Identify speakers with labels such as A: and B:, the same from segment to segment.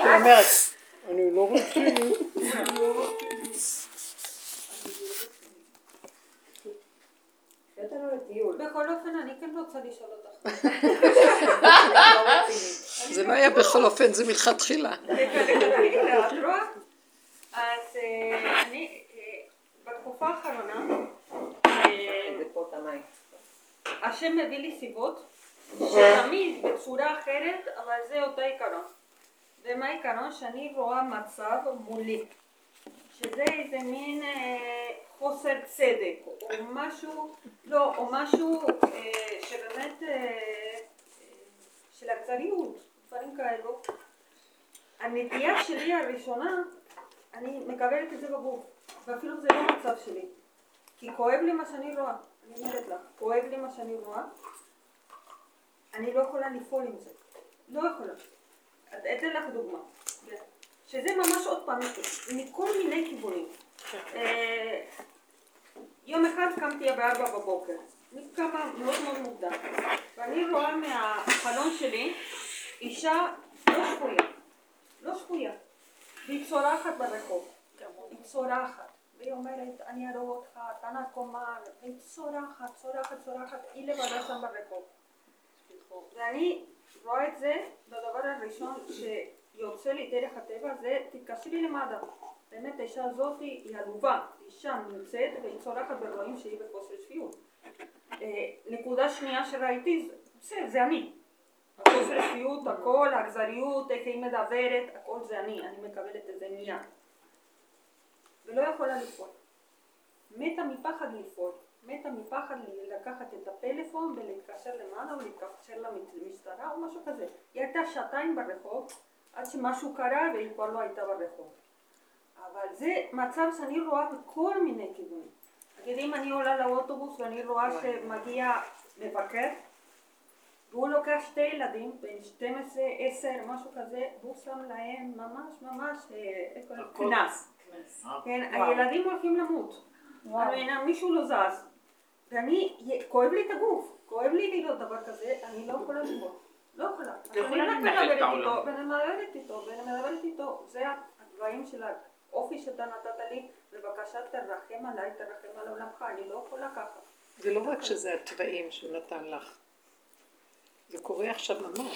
A: היא אומרת, אני לא רצינית.
B: בכל אופן, אני כן רוצה לשאול אותך.
A: זה לא היה בכל אופן, זה מלכתחילה.
B: את רואה? אז אני, בתקופה האחרונה, השם מביא לי סיבות, שתמיד בצורה אחרת, אבל זה אותו עיקרון. ומה העיקרון? שאני רואה מצב מולי, שזה איזה מין חוסר צדק, או משהו, לא, או משהו שבאמת של אכזריות, דברים כאלו. הנטייה שלי הראשונה, אני מקבלת את זה בגוף, ואפילו זה לא מצב שלי, כי כואב לי מה שאני רואה, אני אומרת לך, כואב לי מה שאני רואה, אני לא יכולה לפעול עם זה, לא יכולה. אתן לך דוגמה, שזה ממש עוד פעם, מכל מיני כיוונים. יום אחד קמתי ב4 בבוקר, אני קמה מאוד מאוד מוקדם, ואני רואה מהחלון שלי אישה לא שפויה, והיא צורחת ברחוב, היא צורחת, והיא אומרת, אני ארוג אותך, אתה נרקומן, והיא צורחת, היא לבדה שם ברחוב. ואני רואה את זה, והדבר הראשון שיוצא לי דרך הטבע זה, תתקשרי למד"א. באמת האישה הזאת היא עלובה, אישה נמצאת והיא צורחת ורואים שהיא בחוסר שפיות. נקודה שנייה שראיתי, זה אני. החוסר שפיות, הכל, האכזריות, איך היא מדברת, הכל זה אני מקבלת את זה מיד. ולא יכולה לפעול. מתה מפחד לפעול. מתה מפחד לקחת את הפלאפון ולהתקשר למעלה או להתקשר למשטרה או משהו כזה. היא הייתה 2 ברחוב עד שמשהו קרה והיא כבר לא הייתה ברחוב. אבל זה מצב שאני רואה בכל מיני כיוונים. נגיד אם אני עולה לאוטובוס ואני רואה שמגיע מבקר והוא לוקח 2 ילדים בין 12, 10, משהו כזה, והוא שם להם ממש כנס. הילדים הולכים למות. מישהו לא זז. ואני, כואב לי את הגוף, כואב לי לראות דבר כזה, אני לא יכולה לראות. לא יכולה. אני מדברת איתו, זה הדברים של האופי שאתה נתת לי, בבקשה תרחם עליי, תרחם על עולמך, אני לא יכולה ככה.
A: זה לא רק שזה הטבעים שהוא נתן לך, זה קורה עכשיו ממש.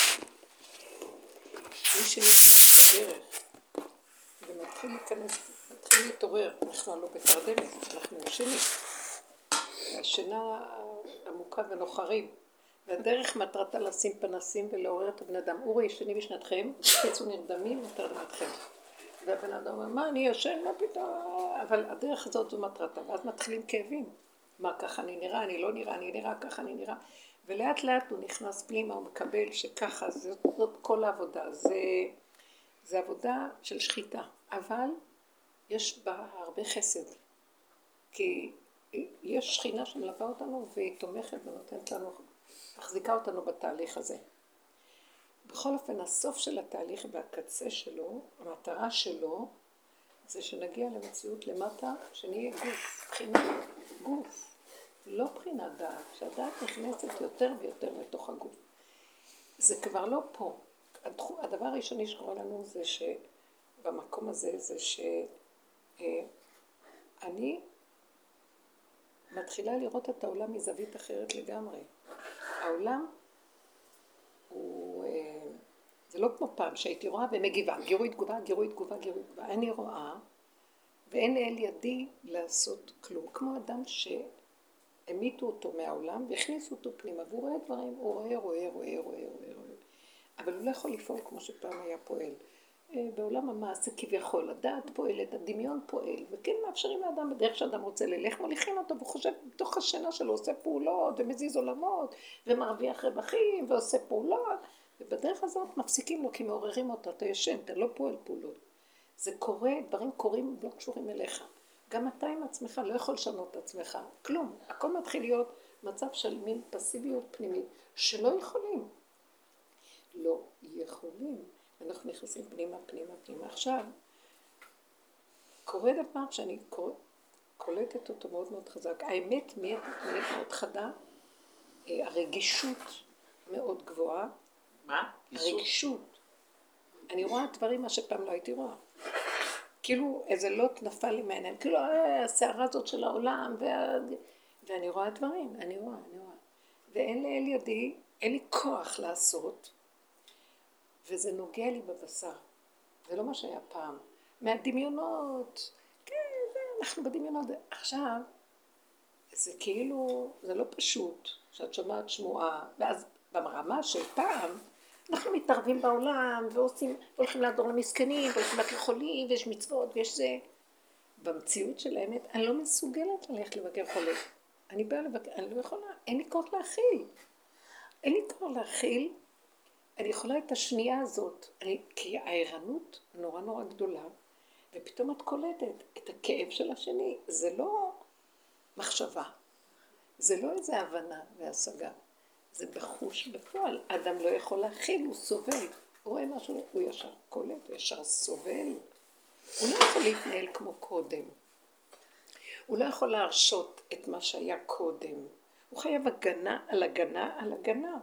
A: מי שנכנס לדרך ומתחיל להיכנס, מתחיל להתעורר, אנחנו לא בתרדמת, אנחנו ישנים. השינה עמוקה ונוחרים, והדרך מטרתה לשים פנסים ולעורר את הבן אדם. אורי, ישנים בשנתכם, תצאו נרדמים בתרדמתכם. והבן אדם אומר, מה, אני ישן, מה פתאום? אבל הדרך הזאת זו מטרתה, ואז מתחילים כאבים. מה, ככה אני נראה, אני לא נראה, אני נראה, ככה אני נראה. ולאט לאט הוא נכנס פנימה, הוא מקבל שככה, זאת כל העבודה. זה עבודה של שחיטה, אבל יש בה הרבה חסד. כי יש שכינה שמלווה אותנו והיא תומכת ונותנת לנו, מחזיקה אותנו בתהליך הזה. בכל אופן, הסוף של התהליך והקצה שלו, המטרה שלו, זה שנגיע למציאות למטה, שנהיה גוף, בחינת גוף, לא בחינת דעת, שהדעת נכנסת יותר ויותר לתוך הגוף. זה כבר לא פה. הדבר הראשוני שקורה לנו זה שבמקום הזה, זה שאני מתחילה לראות את העולם מזווית אחרת לגמרי. העולם הוא, זה לא כמו פעם שהייתי רואה ומגיבה, גירוי תגובה. אני רואה ואין אל ידי לעשות כלום. כמו אדם שהמיתו אותו מהעולם והכניסו אותו פנימה, והוא רואה דברים, הוא רואה. אבל הוא לא יכול לפעול כמו שפעם היה פועל. בעולם המעשה כביכול, הדעת פועלת, הדמיון פועל, וכן מאפשרים לאדם בדרך שאדם רוצה ללך, מוליכים אותו, והוא חושב בתוך השינה שלו, עושה פעולות ומזיז עולמות, ומרוויח רווחים ועושה פעולות, ובדרך הזאת מפסיקים לו כי מעוררים אותו, אתה ישן, אתה לא פועל פעולות. זה קורה, דברים קורים לא קשורים אליך. גם אתה עם עצמך לא יכול לשנות את עצמך, כלום. הכל מתחיל להיות מצב של מין פסיביות פנימית, שלא יכולים. לא יכולים. אנחנו נכנסים פנימה. עכשיו, קורה דבר שאני קולטת אותו מאוד מאוד חזק. האמת מאוד חדה, הרגישות מאוד גבוהה.
C: מה?
A: הרגישות. אני רואה דברים מה שפעם לא הייתי רואה. כאילו איזה לוט נפל לי מעיניים, כאילו הסערה הזאת של העולם, ואני רואה דברים, אני רואה. ואין לאל ידי, אין לי כוח לעשות, וזה נוגע לי בבשר. זה לא מה שהיה פעם. מהדמיונות, כן, אנחנו בדמיונות. עכשיו, זה כאילו, זה לא פשוט, שאת שומעת שמועה, ואז ברמה של פעם, אנחנו מתערבים בעולם, והולכים לעזור למסכנים, והולכים לבקר חולים, ויש מצוות, ויש זה. במציאות של האמת, אני לא מסוגלת ללכת לבקר חולה. אני באה לבקר, אני לא יכולה, אין לי כוח להכיל. אין לי כוח להכיל, אני יכולה את השנייה הזאת, כי הערנות נורא נורא גדולה, ופתאום את קולטת את הכאב של השני. זה לא מחשבה, זה לא איזה הבנה והשגה, זה בחוש בפועל. אדם לא יכול להכיל, הוא סובל. הוא רואה משהו, הוא ישר קולט, הוא ישר סובל. הוא לא יכול להתנהל כמו קודם. הוא לא יכול להרשות את מה שהיה קודם. הוא חייב הגנה על הגנה על הגנה.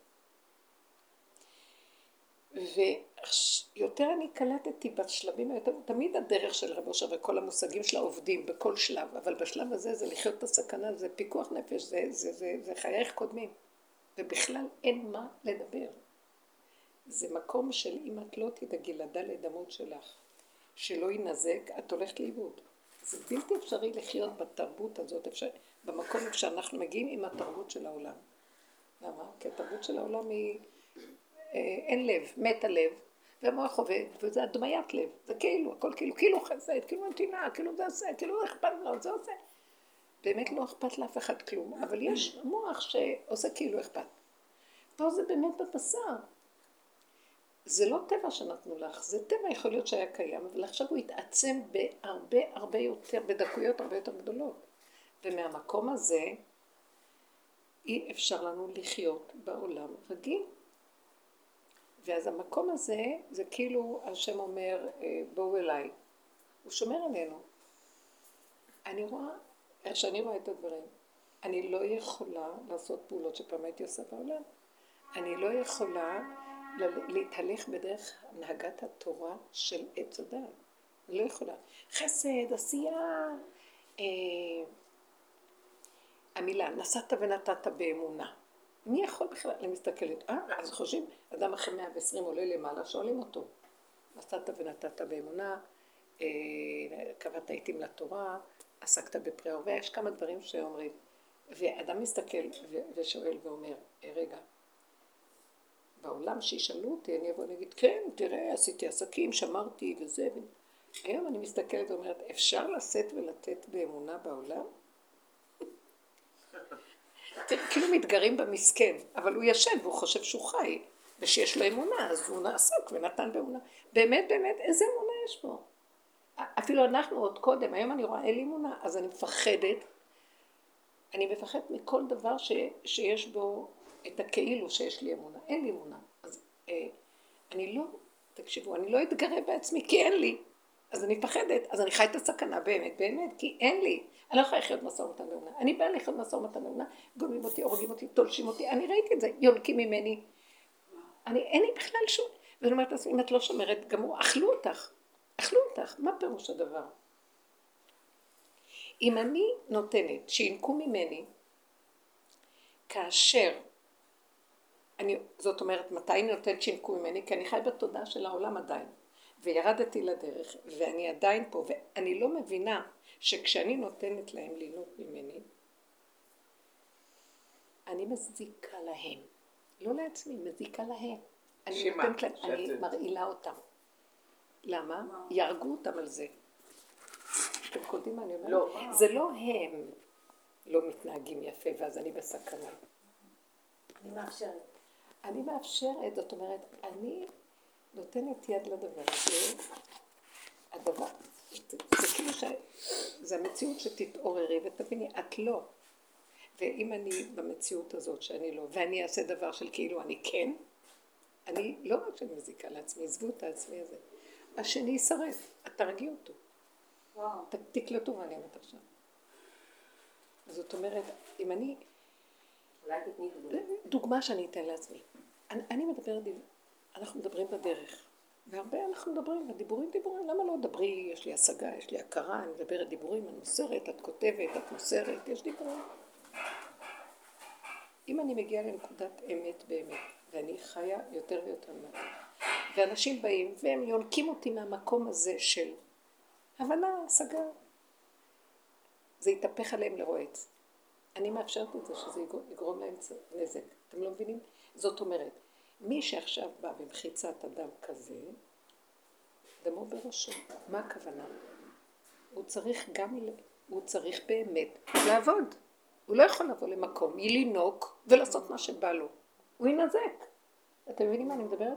A: ויותר אני קלטתי בשלבים היותר, תמיד הדרך של רב אושר וכל המושגים שלה עובדים בכל שלב, אבל בשלב הזה זה לחיות את הסכנה, זה פיקוח נפש, זה חייך קודמים, ובכלל אין מה לדבר. זה מקום של אם את לא תדאגי לדלת אמות שלך, שלא ינזק, את הולכת לאיבוד. זה בלתי אפשרי לחיות בתרבות הזאת, במקום שאנחנו מגיעים עם התרבות של העולם. למה? כי התרבות של העולם היא אין לב, מת הלב, והמוח עובד, וזה הדמיית לב, זה כאילו, הכל כאילו חסד, כאילו נתינה, כאילו זה עושה, כאילו לא אכפת לו, זה עושה. באמת לא אכפת לאף אחד כלום, אבל יש מוח שעושה כאילו אכפת. פה זה באמת בבשר. זה לא טבע שנתנו לך, זה טבע יכול להיות שהיה קיים, אבל עכשיו הוא התעצם הרבה יותר, בדקויות הרבה יותר גדולות. ומהמקום הזה אי אפשר לנו לחיות בעולם רגיל. ואז המקום הזה, זה כאילו השם אומר, בואו אליי. הוא שומר עלינו. אני רואה, איך שאני רואה את הדברים, אני לא יכולה לעשות פעולות שפעם הייתי עושה בעולם. אני לא יכולה להתהלך בדרך הנהגת התורה של עץ הדעת. אני לא יכולה. חסד, עשייה, המילה, נסעת ונתת באמונה. מי יכול בכלל? אני מסתכלת, אז חושבים, אדם אחרי 120 עולה למעלה, שואלים אותו. נסעת ונתת באמונה, קבעת עיתים לתורה, עסקת בפרי ערווה, יש כמה דברים שאומרים. ואדם מסתכל ושואל ואומר, רגע, בעולם שישאלו אותי, אני אבוא ונגיד, כן, תראה, עשיתי עסקים, שמרתי וזה. היום אני מסתכלת ואומרת, אפשר לשאת ולתת באמונה בעולם? כאילו מתגרים במסכן, אבל הוא ישב והוא חושב שהוא חי, ושיש לו אמונה, אז הוא נעסק ונתן באמונה. באמת, איזה אמונה יש פה? אפילו אנחנו עוד קודם, היום אני רואה אין לי אמונה, אז אני מפחדת, מכל דבר שיש בו את הכאילו שיש לי אמונה. אין לי אמונה. אז אני לא, תקשיבו, אני לא אתגרה בעצמי כי אין לי. אז אני מפחדת, אז אני חי את הסכנה באמת, כי אין לי. אני לא יכולה לחיות משא ומתן באמונה. אני באה לחיות משא ומתן באמונה, גונבים אותי, הורגים אותי, תולשים אותי, אני ראיתי את זה, יונקים ממני. אין לי בכלל שום. ואני אומרת לעצמי, אם את לא שומרת, גם הוא, אכלו אותך. מה פירוש הדבר? אם אני נותנת שינקו ממני, כאשר, זאת אומרת, מתי אני נותנת שינקו ממני? כי אני חי בתודעה של העולם עדיין. וירדתי לדרך, ואני עדיין פה, ואני לא מבינה שכשאני נותנת להם ליהנות ממני, אני מזיקה להם. לא לעצמי, מזיקה להם. אני נותנת להם, אני מרעילה אותם. למה? ירגו אותם על זה. אתם קולטים מה אני אומרת?
B: לא.
A: זה לא הם לא מתנהגים יפה, ואז אני בסכנה. אני מאפשרת, זאת אומרת, אני נותנת יד לדבר הזה, זה כאילו זה המציאות שתתעוררי ותביני, את לא. ואם אני במציאות הזאת שאני לא, ואני אעשה דבר של כאילו אני כן, אני לא רק שאני מזיקה לעצמי, עזבו את העצמי הזה. השני ישרף, את תרגיע אותו. תקלטו מה אני אומרת עכשיו. אז זאת אומרת, אם אני...
B: אולי תתני
A: דוגמה שאני אתן לעצמי. אני מדברת, אנחנו מדברים בדרך. והרבה אנחנו מדברים, הדיבורים, למה לא דברי, יש לי השגה, יש לי הכרה, אני מדברת דיבורים, אני מוסרת, את כותבת, את מוסרת, יש דיבורים. אם אני מגיעה לנקודת אמת באמת, ואני חיה יותר ויותר מעט, ואנשים באים והם יונקים אותי מהמקום הזה של הבנה, השגה, זה יתהפך עליהם לרועץ. אני מאפשרת את זה שזה יגרום להם נזק. אתם לא מבינים? זאת אומרת, מי שעכשיו בא במחיצת אדם כזה, דמו בראשו. מה הכוונה? הוא צריך באמת לעבוד. הוא לא יכול לבוא למקום, לינוק ולעשות מה שבא לו. הוא ינזק. אתם מבינים מה אני מדברת?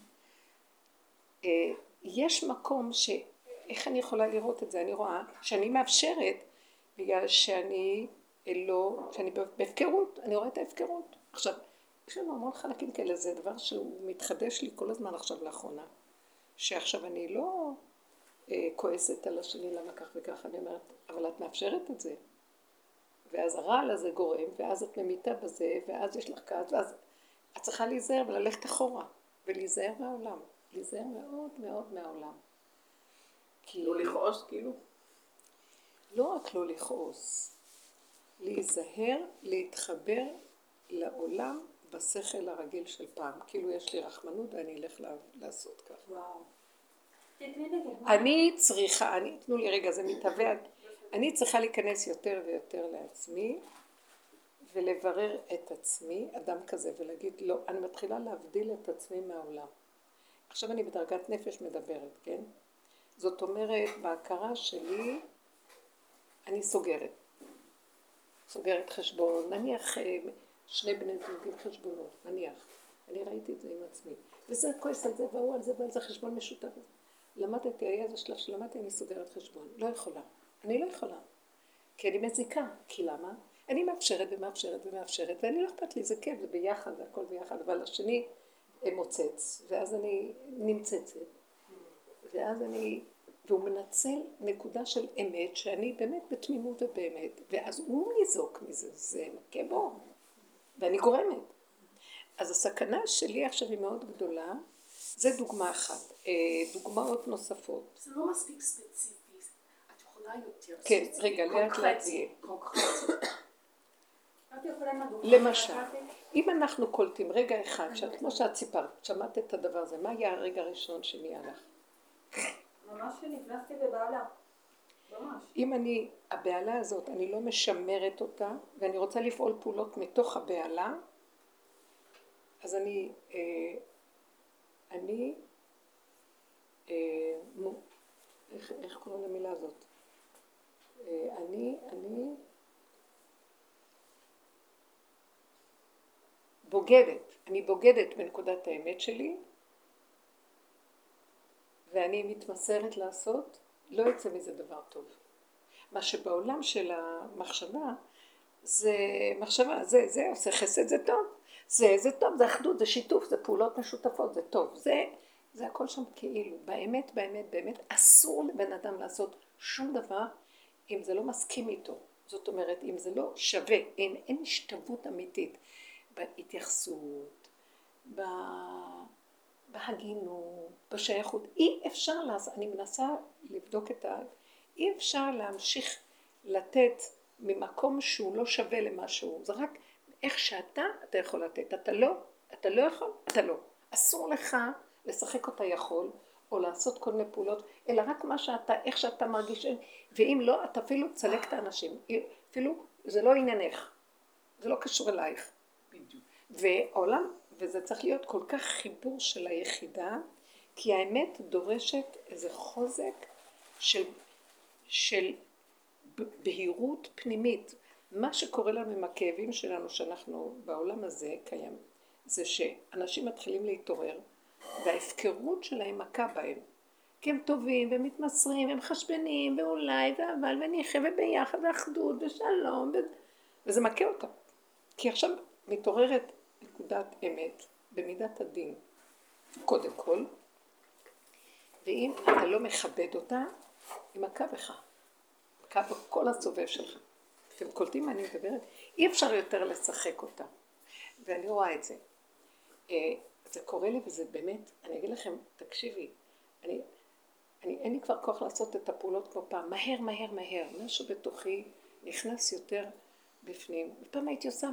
A: יש מקום איך אני יכולה לראות את זה? אני רואה שאני מאפשרת בגלל שאני בהפקרות, אני רואה את ההפקרות. עכשיו, יש לנו המון חלקים כאלה, זה דבר שהוא מתחדש לי כל הזמן עכשיו לאחרונה, שעכשיו אני לא כועסת על השני למה כך וכך, אני אומרת, אבל את מאפשרת את זה. ואז הרעל הזה גורם, ואז את ממיתה בזה, ואז יש לך כעס, ואז את צריכה להיזהר וללכת אחורה, ולהיזהר מהעולם, להיזהר מאוד מאוד מהעולם.
C: לא לכעוס כאילו?
A: לא רק לא לכעוס, להיזהר, להתחבר לעולם בשכל הרגיל של פעם. כאילו יש לי רחמנות ואני אלך לעשות כך.
B: וואו.
A: אני צריכה, תנו לי רגע, זה מתהווה, אני צריכה להיכנס יותר ויותר לעצמי, ולברר את עצמי, אדם כזה, ולהגיד, לא, אני מתחילה להבדיל את עצמי מהעולם. עכשיו אני בדרגת נפש מדברת, כן? זאת אומרת, בהכרה שלי, אני סוגרת חשבון, נניח שני בני זוגים חשבונות, נניח, אני ראיתי את זה עם עצמי, וזה כועס על זה והוא על זה ועל זה חשבון משותף. למדתי, היה איזה שלב שלמדתי, אני סוגרת חשבון, לא יכולה, אני לא יכולה, כי אני מזיקה, כי למה? אני מאפשרת ומאפשרת, ואני לא אכפת לי, זה כיף, זה ביחד, זה הכל ביחד, אבל השני מוצץ, ואז אני נמצצת, והוא מנצל נקודה של אמת, שאני באמת בתמימות ובאמת, ואז הוא ניזוק מזה, זה מכה בו, ואני גורמת. אז הסכנה שלי עכשיו היא מאוד גדולה, זה דוגמה אחת. דוגמאות נוספות.
D: זה לא מספיק ספציפי, את יכולה יותר
A: כן, רגע, לאט
D: קונקרטי.
A: למשל, אם אנחנו קולטים רגע אחד, כמו שאת סיפרת, שמעת את הדבר הזה, מה היה הרגע הראשון שנהיה לך?
B: ממש שנכנסתי בבעלה. ממש.
A: אם הבעלה הזאת, אני לא משמרת אותה, ואני רוצה לפעול פעולות מתוך הבעלה, אז איך קוראים למילה הזאת? אני בוגדת בנקודת האמת שלי, ואני מתמסרת לעשות, לא יצא מזה דבר טוב. מה שבעולם של המחשבה, זה מחשבה, זה עושה חסד, זה טוב. זה טוב, זה אחדות, זה שיתוף, זה פעולות משותפות, זה טוב. זה הכל שם כאילו. באמת, אסור לבן אדם לעשות שום דבר אם זה לא מסכים איתו. זאת אומרת, אם זה לא שווה, אין השתוות אמיתית בהתייחסות, בהגינות, בשייכות. אי אפשר לעשות, אני מנסה לבדוק אי אפשר להמשיך לתת ממקום שהוא לא שווה למשהו. זה רק איך שאתה יכול לתת. אתה לא יכול, אתה לא. אסור לך לשחק אותה יכול, או לעשות כל מיני פעולות, אלא רק מה שאתה, איך שאתה מרגיש, ואם לא, אתה אפילו צלק את האנשים. אפילו זה לא עניינך. זה לא קשור אלייך. ועולם, וזה צריך להיות כל כך חיבור של היחידה, כי האמת דורשת איזה חוזק של בהירות פנימית. מה שקורה לנו עם הכאבים שלנו שאנחנו בעולם הזה קיים, זה שאנשים מתחילים להתעורר, וההפקרות שלהם מכה בהם. כי הם טובים ומתמסרים, הם חשבנים, ואולי, ואבל, וניחא, וביחד, ואחדות, ושלום, וזה מכה אותם. כי עכשיו מתעוררת נקודת אמת במידת הדין, קודם כל, ואם אתה לא מכבד אותה, היא מכה בך. מכה בכל הסובב שלך. אתם קולטים מה אני מדברת? אי אפשר יותר לשחק אותה. ואני רואה את זה. זה קורה לי וזה באמת, אני אגיד לכם, תקשיבי, אין לי כבר כוח לעשות את הפעולות כמו פעם, מהר, מהר, מהר, משהו בתוכי נכנס יותר בפנים, ופעם הייתי עושה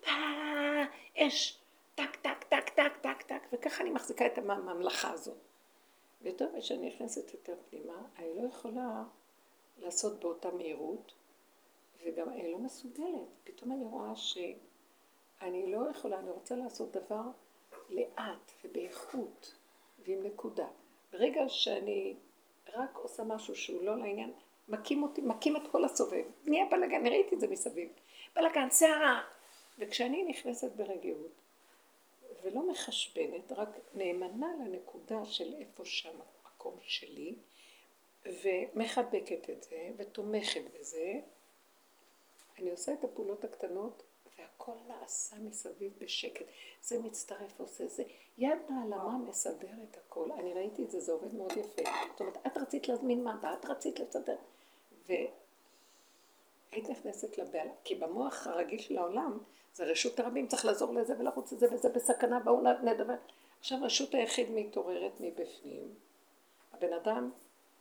A: אש, טק, טק, טק, טק, טק, טק, וככה אני מחזיקה את הממלכה הזאת. ויותר כשאני נכנסת יותר פנימה, אני לא יכולה לעשות באותה מהירות, וגם אני לא מסוגלת. פתאום אני רואה שאני לא יכולה, אני רוצה לעשות דבר לאט ובאיכות ועם נקודה. ברגע שאני רק עושה משהו שהוא לא לעניין, מקים את כל הסובב. נהיה בלגן, ראיתי את זה מסביב. בלגן, שערה. וכשאני נכנסת ברגיעות, ולא מחשבנת, רק נאמנה לנקודה של איפה שם המקום שלי, ומחבקת את זה, ותומכת בזה, אני עושה את הפעולות הקטנות, והכל נעשה מסביב בשקט. זה מצטרף, עושה זה. יד נעלמה מסדר את הכל. אני ראיתי את זה, זה עובד מאוד יפה. זאת אומרת, את רצית להזמין מה, את רצית לסדר. והיית נכנסת לבעל, כי במוח הרגיל של העולם, זה רשות הרבים, צריך לעזור לזה ולרוץ לזה, וזה בסכנה, בואו נדבר. עכשיו, רשות היחיד מתעוררת מבפנים. הבן אדם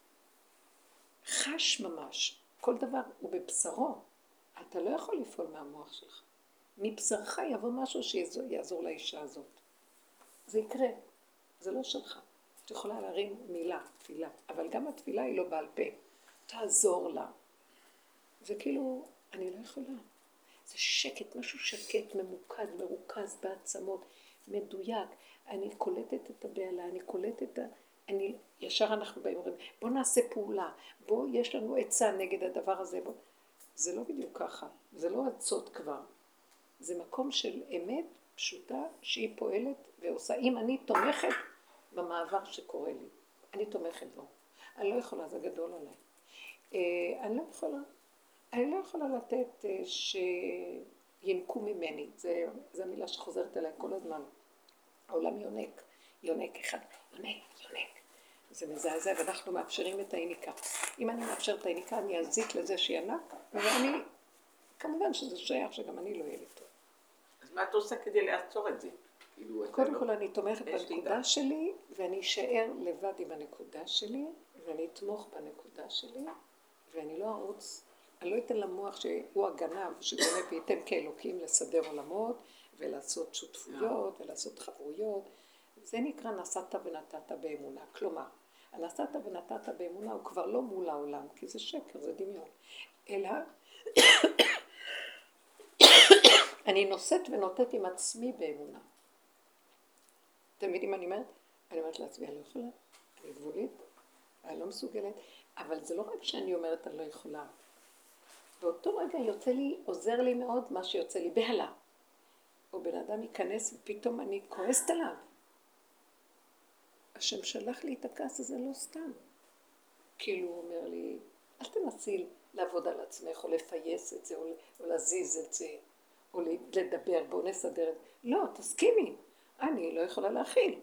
A: חש ממש, כל דבר הוא בבשרו. אתה לא יכול לפעול מהמוח שלך. מבשרך יבוא משהו שיעזור לאישה הזאת. זה יקרה, זה לא שלך. את יכולה להרים מילה, תפילה, אבל גם התפילה היא לא בעל פה. תעזור לה. זה כאילו, אני לא יכולה. זה שקט, משהו שקט, ממוקד, מרוכז בעצמות, מדויק. אני קולטת את הבעלה, אני קולטת ישר אנחנו באים אומרים, בוא נעשה פעולה, בוא יש לנו עצה נגד הדבר הזה, בוא. זה לא בדיוק ככה, זה לא עצות כבר. זה מקום של אמת פשוטה שהיא פועלת ועושה. אם אני תומכת במעבר שקורה לי, אני תומכת בו. אני לא יכולה, זה גדול עליי. אני לא יכולה לתת שינקו ממני. זה המילה שחוזרת אליי כל הזמן. העולם יונק, יונק אחד, יונק. זה מזעזע, ואנחנו מאפשרים את היניקה. אם אני מאפשר את היניקה, אני אזיק לזה שינק, ואני, כמובן שזה שייך שגם אני לא יהיה לי טוב.
C: אז מה את עושה כדי לעצור את זה?
A: קודם כל אני תומכת בנקודה שלי, ואני אשאר לבד עם הנקודה שלי, ואני אתמוך בנקודה שלי, ואני לא ארוץ, אני לא אתן למוח שהוא הגנב, שגונב וייתן כאלוקים לסדר עולמות, ולעשות שותפויות, ולעשות חברויות. זה נקרא נסעת ונתת באמונה. כלומר, הנסעת ונתת באמונה הוא כבר לא מול העולם, כי זה שקר, זה דמיון. אלא אני נושאת ונותת עם עצמי באמונה. אתם מבינים מה אני אומרת? אני אומרת לעצמי, אני לא יכולה, אני גבולית, אני לא מסוגלת, אבל זה לא רק שאני אומרת אני לא יכולה. באותו רגע יוצא לי, עוזר לי מאוד מה שיוצא לי בהלה. או בן אדם ייכנס ופתאום אני כועסת עליו. השם שלח לי את הכעס הזה לא סתם. כאילו הוא אומר לי, אל תנסי לעבוד על עצמך, או לפייס את זה, או להזיז את זה, או לדבר, בואו נסדר את זה. לא, תסכימי. אני לא יכולה להכיל.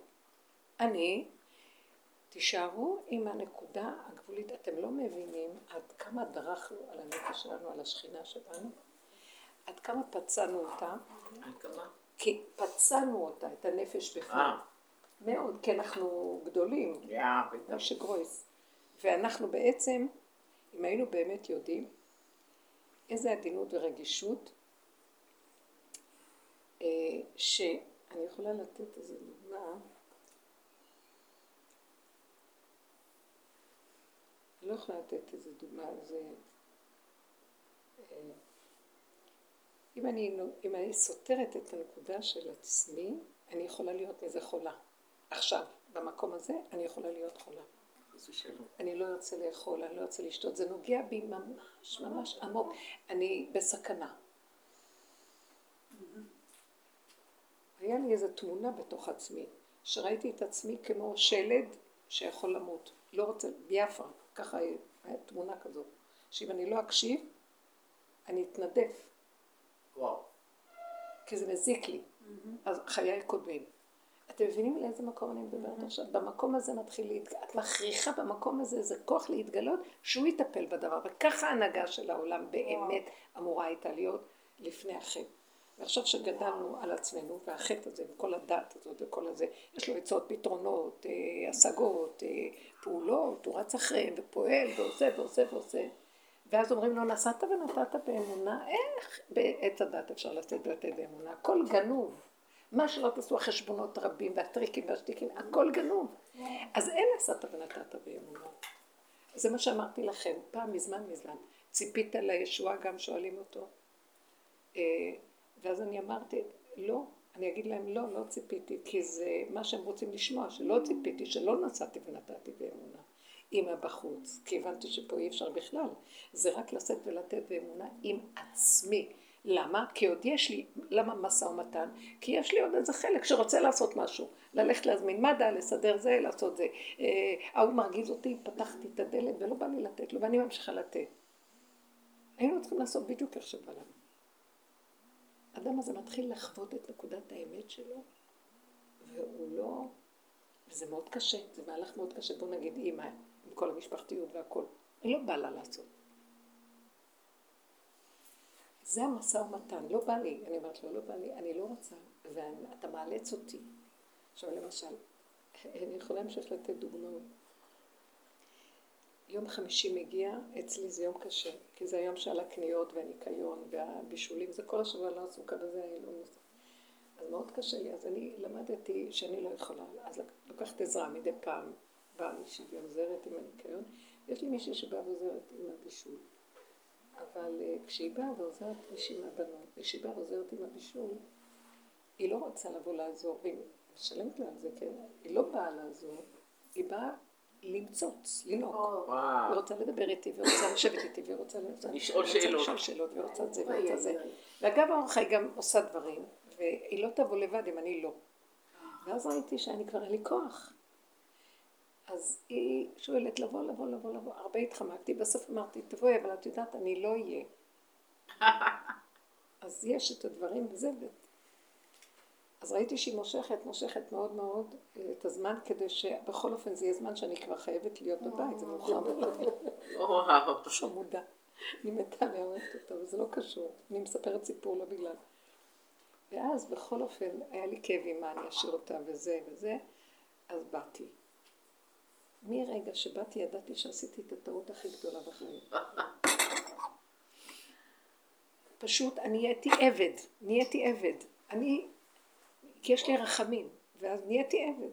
A: תישארו עם הנקודה הגבולית. אתם לא מבינים עד כמה דרכנו על הנפש שלנו, על השכינה שלנו, עד כמה פצענו אותה.
C: עד כמה?
A: כי פצענו אותה, את הנפש בפנים. מאוד, כי אנחנו גדולים. משה גרויס. ואנחנו בעצם, אם היינו באמת יודעים, איזה עדינות ורגישות, שאני יכולה לתת איזו דוגמה, אני לא יכולה לתת איזו דוגמה, זה... אם אני סותרת את הנקודה של עצמי, אני יכולה להיות מזה חולה. עכשיו, במקום הזה, אני יכולה להיות חולה. אני לא ארצה לאכול, אני לא ארצה לשתות, זה נוגע בי ממש ממש עמוק. אני בסכנה. היה לי איזו תמונה בתוך עצמי, שראיתי את עצמי כמו שלד שיכול למות. לא רוצה, ביפרה, ככה היה תמונה כזאת, שאם אני לא אקשיב, אני אתנדף.
C: וואו. כי
A: זה מזיק לי. אז חיי קודמים. אתם מבינים לאיזה מקום אני מדברת עכשיו? במקום הזה מתחיל להתגלות, את מכריחה במקום הזה, זה כוח להתגלות, שהוא יטפל בדבר, וככה ההנהגה של העולם באמת אמורה הייתה להיות לפני החטא. ועכשיו שגדלנו על עצמנו, והחטא הזה, וכל הדת הזאת וכל הזה, יש לו עצות, פתרונות, השגות, פעולות, הוא רץ אחריהם ופועל ועושה ועושה ועושה. ואז אומרים לו, נסעת ונתת באמונה, איך בעת הדת אפשר לצאת ולתת באמונה? הכל גנוב. מה שלא תעשו החשבונות רבים והטריקים והשתיקים, הכל גנוב. אז אין נסעת ונתת באמונה. זה מה שאמרתי לכם, פעם מזמן, ציפית לישועה, גם שואלים אותו. ואז אני אמרתי, לא, אני אגיד להם, לא, לא ציפיתי, כי זה מה שהם רוצים לשמוע, שלא ציפיתי, שלא נסעתי ונתתי באמונה. אמא בחוץ, כי הבנתי שפה אי אפשר בכלל. זה רק לשאת ולתת באמונה עם עצמי. למה? כי עוד יש לי, למה מסע ומתן? כי יש לי עוד איזה חלק שרוצה לעשות משהו. ללכת להזמין מד"א, לסדר זה, לעשות זה. ההוא מרגיז אותי, פתחתי את הדלת ולא בא לי לתת לו, ואני ממשיכה לתת. היינו צריכים לעשות בדיוק איך שבא לנו. האדם הזה מתחיל לחוות את נקודת האמת שלו, והוא לא... וזה מאוד קשה, זה מהלך מאוד קשה. בוא נגיד אימא, עם כל המשפחתיות והכל. היא לא בא לה לעשות. זה המשא ומתן, לא בא לי. אני אומרת לו, לא בא לי, אני לא רוצה, ואתה מאלץ אותי. עכשיו למשל, אני יכולה להמשיך לתת דוגמאות. יום חמישי מגיע, אצלי זה יום קשה, כי זה היום שעל הקניות והניקיון והבישולים, זה כל השבוע לא עסוקה בזה, אני לא נוסעת. אז מאוד קשה לי, אז אני למדתי שאני לא יכולה, אז לוקחת עזרה מדי פעם, באה מישהי ועוזרת עם הניקיון, יש לי מישהי שבאה ועוזרת עם הבישול, אבל כשהיא באה ועוזרת מישהי מהבנות, כשהיא באה ועוזרת עם הבישול, היא לא רוצה לבוא לעזור, והיא משלמת לה על זה, כן? היא לא באה לעזור, היא באה למצוץ, לנוק. היא רוצה לדבר איתי, ורוצה לשבת איתי, ורוצה לשאול שאלות, ורוצה את זה, ורוצה זה. ואגב האורחה היא גם עושה דברים, והיא לא תבוא לבד אם אני לא. ואז ראיתי שאני כבר אין לי כוח. אז היא שואלת לבוא, הרבה התחמקתי, בסוף אמרתי, תבואי, אבל את יודעת, אני לא אהיה. אז יש את הדברים וזה, אז ראיתי שהיא מושכת מאוד מאוד את הזמן, כדי שבכל אופן זה יהיה זמן שאני כבר חייבת להיות בבית, זה מאוחר בבית. חמודה. אני מתה להורת אותה, וזה לא קשור. אני מספרת סיפור לא בגלל. ואז בכל אופן היה לי כאבים, מה אני אשאיר אותה וזה, אז באתי. מרגע שבאתי ידעתי שעשיתי את הטעות הכי גדולה בחיים. פשוט אני נהייתי עבד. כי יש לי רחמים, ואז נהייתי עבד.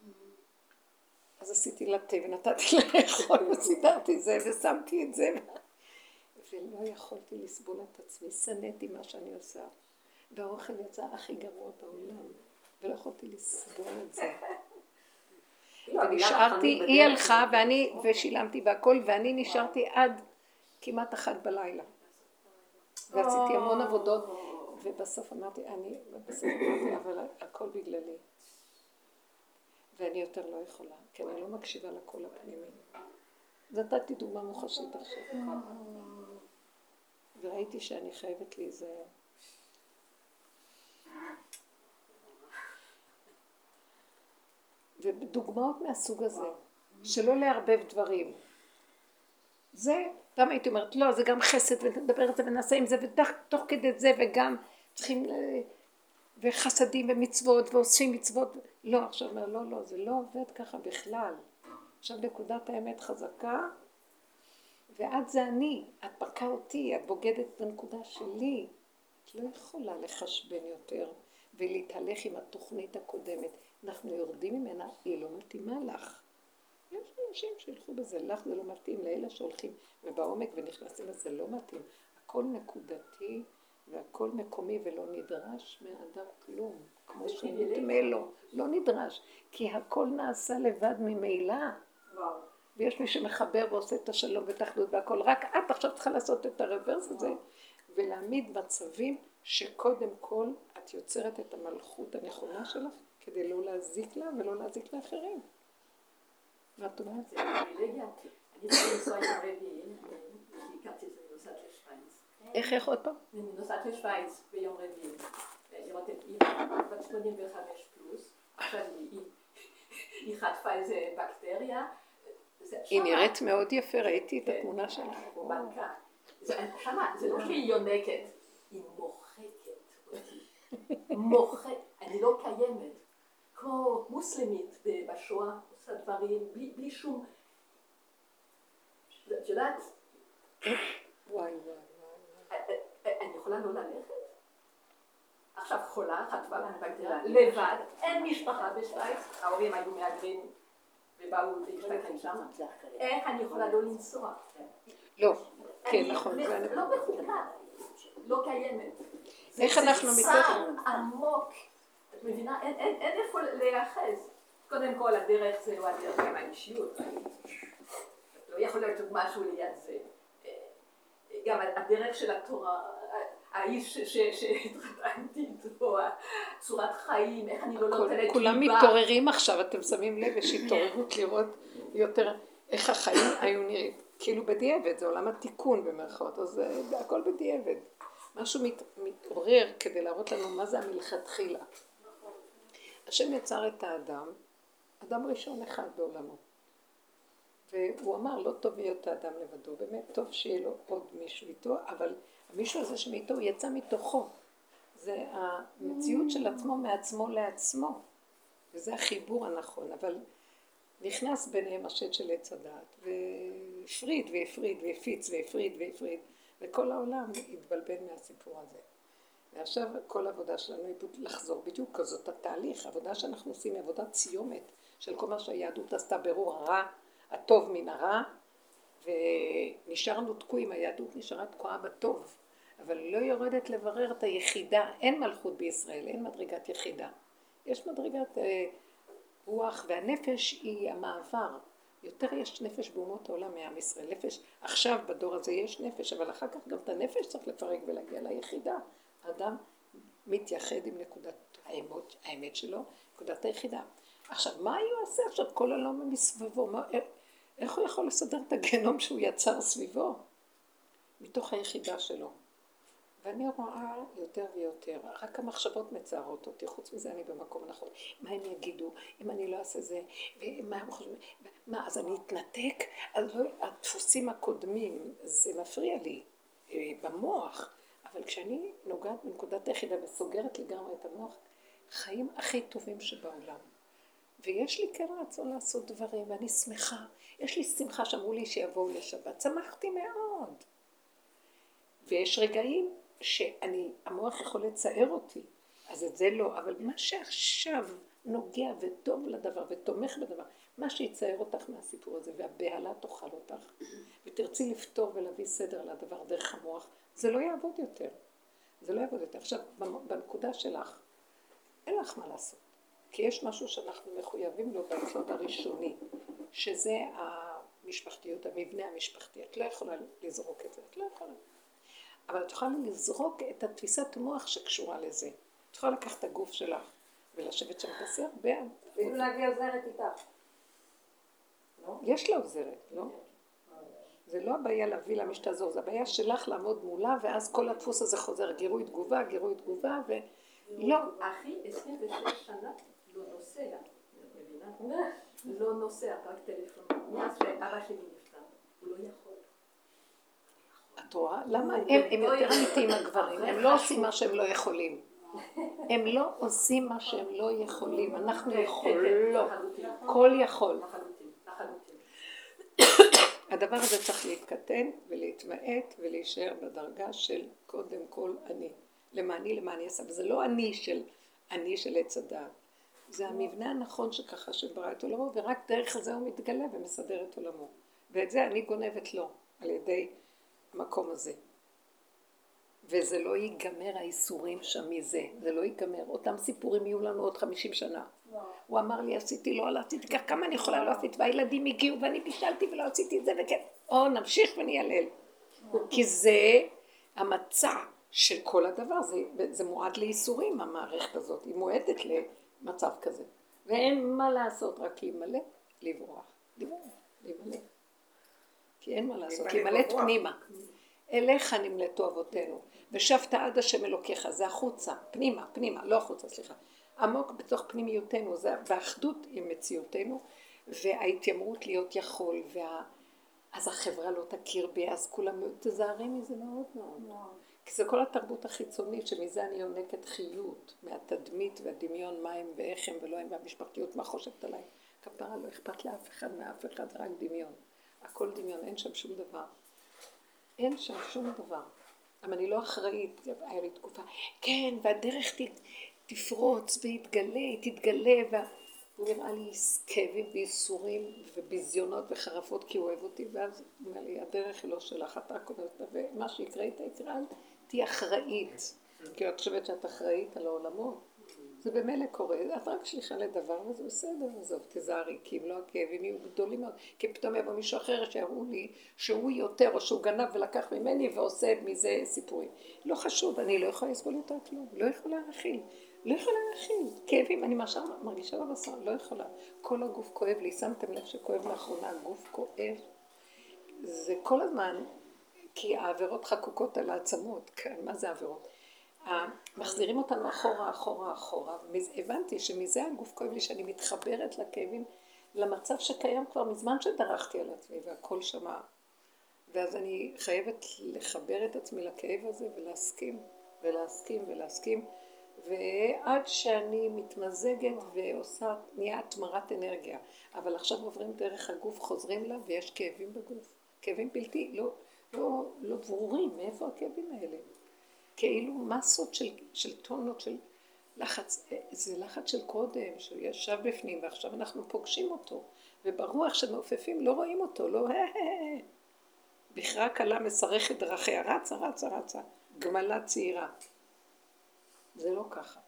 A: אז עשיתי לה תה ונתתי לאכול וסידרתי זה ושמתי את זה. ולא יכולתי לסבול את עצמי, שנאתי מה שאני עושה. והאוכל יצא הכי גרוע בעולם, ולא יכולתי לסבול את זה. ונשארתי, היא הלכה ושילמתי והכל, ואני נשארתי עד כמעט 1 בלילה. ועשיתי המון עבודות, ובסוף אמרתי, אבל הכל בגללי. ואני יותר לא יכולה, כי אני לא מקשיבה לקול הפנימי. נתתי דוגמה מוחשית עכשיו. וראיתי שאני חייבת להיזהר. ודוגמאות מהסוג הזה, שלא להרבב דברים. זה, פעם הייתי אומרת, לא, זה גם חסד, ונדבר את זה ונעשה עם זה, ותוך כדי זה, וגם צריכים, וחסדים ומצוות, ועושים מצוות. לא, עכשיו אומר, לא, זה לא עובד ככה בכלל. עכשיו נקודת האמת חזקה, ואת זה אני, את פרקה אותי, את בוגדת בנקודה שלי. את לא יכולה לחשבן יותר, ולהתהלך עם התוכנית הקודמת. אנחנו יורדים ממנה, היא לא מתאימה לך. יש אנשים שילכו בזה, לך זה לא מתאים, לאלה שהולכים ובעומק ונכנסים לזה לא מתאים. הכל נקודתי והכל מקומי ולא נדרש מהאדם כלום, כמו שנדמה לו, לא נדרש, כי הכל נעשה לבד ממילא. ויש מי שמחבר ועושה את השלום ותחדות והכל, רק את עכשיו צריכה לעשות את הרוורס הזה, ולהעמיד מצבים שקודם כל את יוצרת את המלכות הנכונה שלך, כדי לא להזיק לה ולא להזיק לאחרים. מה את אומרת?
D: זה פריבילגיה. אני צריכה לנסוע עם הרביעי, הכרתי את זה, אני נוסעת לשוויץ.
A: איך עוד פעם?
D: אני נוסעת לשוויץ ביום רביעי. לראות את היא בת 85 פלוס, עכשיו היא חטפה איזה בקטריה.
A: היא נראית מאוד יפה, ראיתי את התמונה שלך.
D: זה לא שהיא יונקת, היא מוחקת אותי. אני לא קיימת. כמו מוסלמית בשואה, עושה דברים בלי שום... את יודעת?
A: וואי.
D: אני יכולה לא ללכת? עכשיו חולה, חטפה בקטריה, לבד, אין משפחה בשוויץ, ההורים היו מהגרים ובאו להשתכן שם. איך אני יכולה לא לנסוע?
A: לא, כן, נכון.
D: לא בחוקה, לא קיימת.
A: איך אנחנו
D: זה צער עמוק, את מבינה? אין איפה להיאחז. קודם כל, הדרך זה לא הדרך עם האישיות. לא יכול להיות משהו ליד זה. גם הדרך של התורה, האיש שהתרדמתי איתו, צורת חיים, איך אני לא נותנת ליבה.
A: כולם מתעוררים עכשיו, אתם שמים לב, יש התעוררות לראות יותר איך החיים היו נראים. כאילו בדיעבד, זה עולם התיקון במרכאות, אז זה הכל בדיעבד. משהו מתעורר כדי להראות לנו מה זה המלכתחילה. השם יצר את האדם, אדם ראשון אחד בעולמו. והוא אמר, לא טוב להיות האדם לבדו, באמת טוב שיהיה לו עוד מישהו איתו, אבל המישהו הזה שמאיתו הוא יצא מתוכו. זה המציאות של עצמו מעצמו לעצמו, וזה החיבור הנכון, אבל נכנס ביניהם השד של עץ הדעת, והפריד והפריד והפיץ והפריד והפריד, וכל העולם התבלבל מהסיפור הזה. ועכשיו כל העבודה שלנו היא לחזור בדיוק כזאת התהליך, העבודה שאנחנו עושים היא עבודת סיומת של כל מה שהיהדות עשתה ברור הרע, הטוב מן הרע, ונשארנו תקועים, היהדות נשארה תקועה בטוב, אבל לא יורדת לברר את היחידה, אין מלכות בישראל, אין מדרגת יחידה. יש מדרגת רוח, והנפש היא המעבר. יותר יש נפש באומות העולם מעם ישראל. נפש, עכשיו בדור הזה יש נפש, אבל אחר כך גם את הנפש צריך לפרק ולהגיע ליחידה. האדם מתייחד עם נקודת האמת שלו, נקודת היחידה. עכשיו, מה הוא עושה עכשיו? כל העולם מסביבו. איך הוא יכול לסדר את הגנום שהוא יצר סביבו? מתוך היחידה שלו. ואני רואה יותר ויותר, רק המחשבות מצערות אותי, חוץ מזה אני במקום הנכון. מה הם יגידו, אם אני לא אעשה זה, ומה הם חושבים, מה, אז אני אתנתק? אז לא, הדפוסים הקודמים, זה מפריע לי במוח, אבל כשאני נוגעת בנקודת היחידה וסוגרת לגמרי את המוח, חיים הכי טובים שבעולם. ויש לי כן רצון לעשות דברים, ואני שמחה. יש לי שמחה שאמרו לי שיבואו לשבת. שמחתי מאוד. ויש רגעים המוח יכול לצייר אותי, אז את זה לא, אבל מה שעכשיו נוגע וטוב לדבר ותומך בדבר, מה שיצייר אותך מהסיפור הזה, והבהלה תאכל אותך, ותרצי לפתור ולהביא סדר לדבר דרך המוח, זה לא יעבוד יותר. זה לא יעבוד יותר. עכשיו, בנקודה שלך, אין לך מה לעשות. כי יש משהו שאנחנו מחויבים לו ביסוד הראשוני, שזה המשפחתיות, המבנה המשפחתי. את לא יכולה לזרוק את זה, את לא יכולה. אבל את יכולה לזרוק את התפיסת מוח שקשורה לזה. את יכולה לקחת את הגוף שלך ולשבת שם תעשי הרבה.
B: אפילו להביא עוזרת איתך.
A: יש לה עוזרת, לא? זה לא הבעיה להביא לה משתעזור, זה הבעיה שלך לעמוד מולה, ואז כל הדפוס הזה חוזר, גירוי תגובה, לא.
D: אחי, 26 שנה לא נוסע, מבינה? לא נוסע, רק טלפון. מאז שאבא שלי נפטר, הוא לא יכול.
A: את רואה? למה? הם יותר אמיתיים הגברים, הם לא עושים מה שהם לא יכולים. הם לא עושים מה שהם לא יכולים, אנחנו יכולות, כל יכול. הדבר הזה צריך להתקטן ולהתמעט ולהישאר בדרגה של קודם כל אני. למעני אעשה, וזה לא אני של עץ הדעת. זה המבנה הנכון שככה שברא את עולמו, ורק דרך זה הוא מתגלה ומסדר את עולמו. ואת זה אני גונבת לו על ידי המקום הזה. וזה לא ייגמר האיסורים שם מזה, זה לא ייגמר. אותם סיפורים יהיו לנו עוד 50 שנה. הוא אמר לי, עשיתי לא, לא עשיתי כך, כמה אני יכולה לא עשיתי, והילדים הגיעו ואני בישלתי ולא עשיתי את זה וכן. נמשיך וניילל. כי זה המצע של כל הדבר, זה מועד לאיסורים, המערכת הזאת, היא מועדת למצב כזה. ואין מה לעשות, רק להימלא, לברוח. להימלא. כי אין מה לעשות, להימלאת פנימה. אליך נמלטו אבותינו, ושבת עד השם אלוקיך, זה החוצה, פנימה, לא החוצה, סליחה. עמוק בתוך פנימיותנו, זה באחדות עם מציאותנו, וההתיימרות להיות יכול, אז החברה לא תכיר בי, אז כולם תזהרים מזה מאוד מאוד. כי זה כל התרבות החיצונית שמזה אני יונקת חיות, מהתדמית והדמיון, מה הם ואיך הם ולא הם, והמשפחתיות, מה חושבת עליי. כפרה לא אכפת לאף אחד מאף אחד, רק דמיון. הכל דמיון, אין שם שום דבר. אין שם שום דבר. אבל אני לא אחראית, היה לי תקופה, כן, והדרך תפרוץ והתגלה, תתגלה, הוא נראה לי כאבים וייסורים וביזיונות וחרפות כי הוא אוהב אותי, ואז הוא אומר לי, הדרך היא לא שלך, אתה קודמת, ומה שיקרה איתה יקרה, תהיה אחראית, כי את חושבת שאת אחראית על העולמות. זה במילא קורה, את רק שליחה לדבר, וזה בסדר, עזוב, תזהרי, כי אם לא הכאבים יהיו גדולים מאוד, כי פתאום יבוא מישהו אחר שיראו לי שהוא יותר, או שהוא גנב ולקח ממני ועושה מזה סיפורים. לא חשוב, אני לא יכולה לסבול יותר כלום, לא יכולה להכיל. לא יכולה להכיל, כאבים, אני מרגישה בבשר, לא יכולה. כל הגוף כואב לי, שמתם לב שכואב לאחרונה, הגוף כואב. זה כל הזמן, כי העבירות חקוקות על העצמות, כן, מה זה העבירות? מחזירים אותנו אחורה, אחורה, אחורה, והבנתי שמזה הגוף כואב לי שאני מתחברת לכאבים, למצב שקיים כבר מזמן שדרכתי על עצמי, והכל שמה. ואז אני חייבת לחבר את עצמי לכאב הזה ולהסכים, ולהסכים, ולהסכים. ועד שאני מתמזגת ועושה, נהיה התמרת אנרגיה. אבל עכשיו עוברים דרך הגוף, חוזרים לה ויש כאבים בגוף. כאבים בלתי, לא ברורים, מאיפה הכאבים האלה? כאילו מסות של טונות של לחץ, זה לחץ של קודם, שהוא ישב בפנים ועכשיו אנחנו פוגשים אותו. וברוח שמעופפים לא רואים אותו, לא בכרה קלה מסרכת דרכיה, רצה, רצה, רצה, גמלה צעירה. זה לא ככה.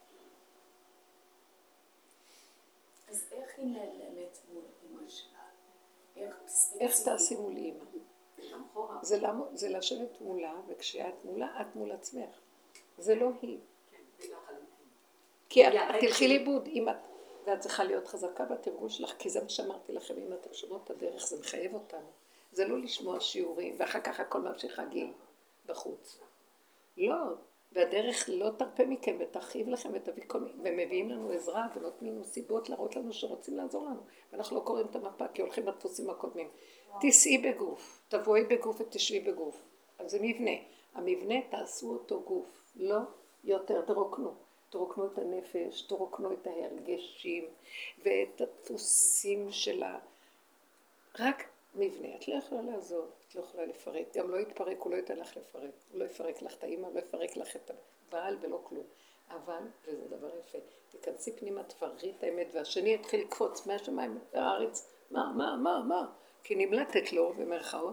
E: אז איך היא נעלמת מול אמא שלה?
A: איך תעשי מול אמא? זה לשבת מולה, וכשאת מולה, את מול עצמך. זה לא היא. כי את תלכי לאיבוד, ואת צריכה להיות חזקה בתרגול שלך, כי זה מה שאמרתי לכם, אם אתם שומעות את הדרך, זה מחייב אותנו. זה לא לשמוע שיעורים, ואחר כך הכל ממשיך רגיל בחוץ. לא. והדרך לא תרפה מכם ותרחיב לכם ותביא כל מיני, ומביאים לנו עזרה ונותנים לנו סיבות להראות לנו שרוצים לעזור לנו. ואנחנו לא קוראים את המפה כי הולכים לדפוסים הקודמים. תיסעי בגוף, תבואי בגוף ותשבי בגוף. אז זה מבנה. המבנה תעשו אותו גוף, לא יותר, תרוקנו. תרוקנו את הנפש, תרוקנו את ההרגשים ואת הדפוסים שלה. רק מבנה, את לא יכולה לעזור, את לא יכולה לפרק, גם לא יתפרק, הוא לא ייתן לך לפרק, הוא לא יפרק לך את האמא, לא יפרק לך את הבעל ולא כלום. אבל, וזה דבר יפה, תיכנסי פנימה, תברי את האמת, והשני יתחיל לקפוץ מהשמיים והארץ, מה? כי נמלטת לו במרכאות,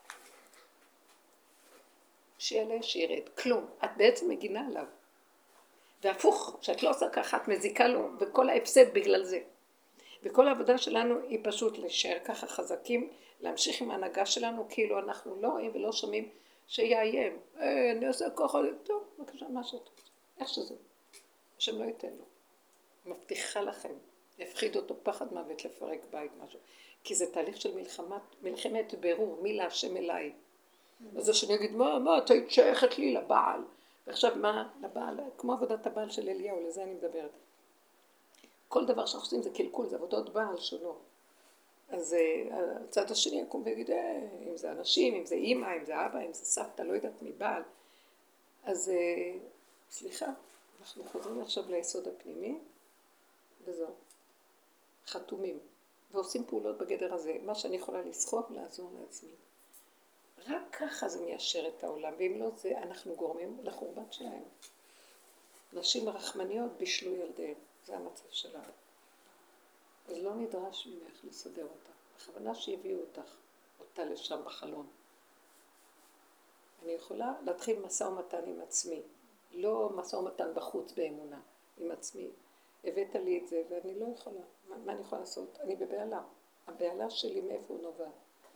A: שיעלה שירד, כלום, את בעצם מגינה עליו. והפוך, שאת לא עושה ככה, את מזיקה לו, וכל ההפסד בגלל זה. וכל העבודה שלנו היא פשוט להישאר ככה חזקים, להמשיך עם ההנהגה שלנו, כאילו אנחנו לא רואים ולא שומעים שיאיים. אני עושה ככה, טוב, בבקשה, מה שאת רוצה. איך שזה? השם לא ייתן לו. מבטיחה לכם, יפחיד אותו פחד מוות לפרק בית משהו. כי זה תהליך של מלחמת ברור, מי להשם אליי. אז השני יגיד, מה, את היית שייכת לי לבעל. ועכשיו מה, לבעל, כמו עבודת הבעל של אליהו, לזה אני מדברת. כל דבר שאנחנו עושים זה קלקול, זה עבודות בעל שונות. אז הצד השני יקום ויגיד, אם זה אנשים, אם זה אמא, אם זה אבא, אם זה סבתא, לא יודעת מבעל. אז סליחה, אנחנו חוזרים עכשיו ליסוד הפנימי, וזהו, חתומים, ועושים פעולות בגדר הזה, מה שאני יכולה לסחוב, לעזור לעצמי. רק ככה זה מיישר את העולם, ואם לא זה, אנחנו גורמים לחורבן שלהם. נשים רחמניות בישלו ילדיהם. זה המצב שלנו. אז לא נדרש ממך לסדר אותה. בכוונה שהביאו אותה לשם בחלון. אני יכולה להתחיל משא ומתן עם עצמי. לא משא ומתן בחוץ באמונה, עם עצמי. הבאת לי את זה ואני לא יכולה. מה אני יכולה לעשות? אני בבעלה. הבעלה שלי מאיפה הוא נובע?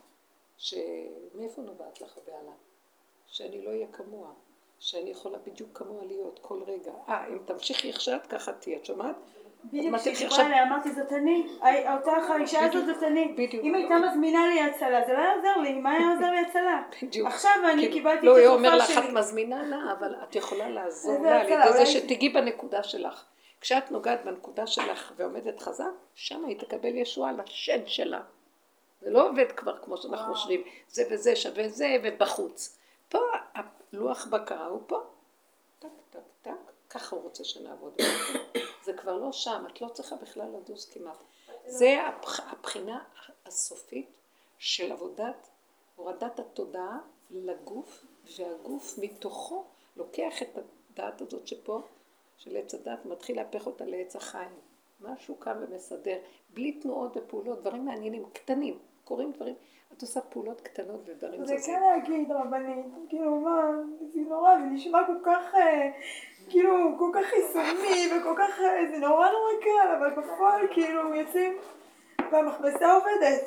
A: מאיפה נובעת לך הבעלה? שאני לא אהיה כמוה. שאני יכולה בדיוק כמוה להיות כל רגע. אם תמשיכי עכשיו, ככה תהיה, את שומעת?
B: בדיוק כשדיברה עליה, אמרתי זאת אני, אותה האישה הזאת זאת אני. אם הייתה מזמינה לי הצלה, זה לא היה עוזר לי, מה היה עוזר לי הצלה? עכשיו אני קיבלתי את
A: לא, הוא אומר
B: התרופה
A: לך, את
B: שלי.
A: מזמינה לה, אבל את יכולה לעזור לה, על ידי זה שתגיעי בנקודה שלך. כשאת נוגעת בנקודה שלך ועומדת חזק, שם היא תקבל ישועה לשד שלה. זה לא עובד כבר כמו שאנחנו חושבים, זה וזה שווה זה ובחוץ. פה לוח בקרה הוא פה. טק, טק, טק. ככה הוא רוצה שנעבוד. זה כבר לא שם, את לא צריכה בכלל לדוס כמעט. זה הבחינה הסופית של הורדת התודעה לגוף, והגוף מתוכו לוקח את הדעת הזאת שפה, של עץ הדת, מתחיל להפך אותה לעץ החיים. משהו קם ומסדר, בלי תנועות ופעולות, דברים מעניינים, קטנים, קוראים דברים, את עושה פעולות קטנות ודברים
F: זה
A: זזים.
F: כן להגיד רבנית, כאילו מה, זה נורא, זה נשמע כל כך, כאילו, כל כך חיסוני וכל כך, זה נורא קל, אבל בפועל כאילו יוצאים והמכבסה עובדת.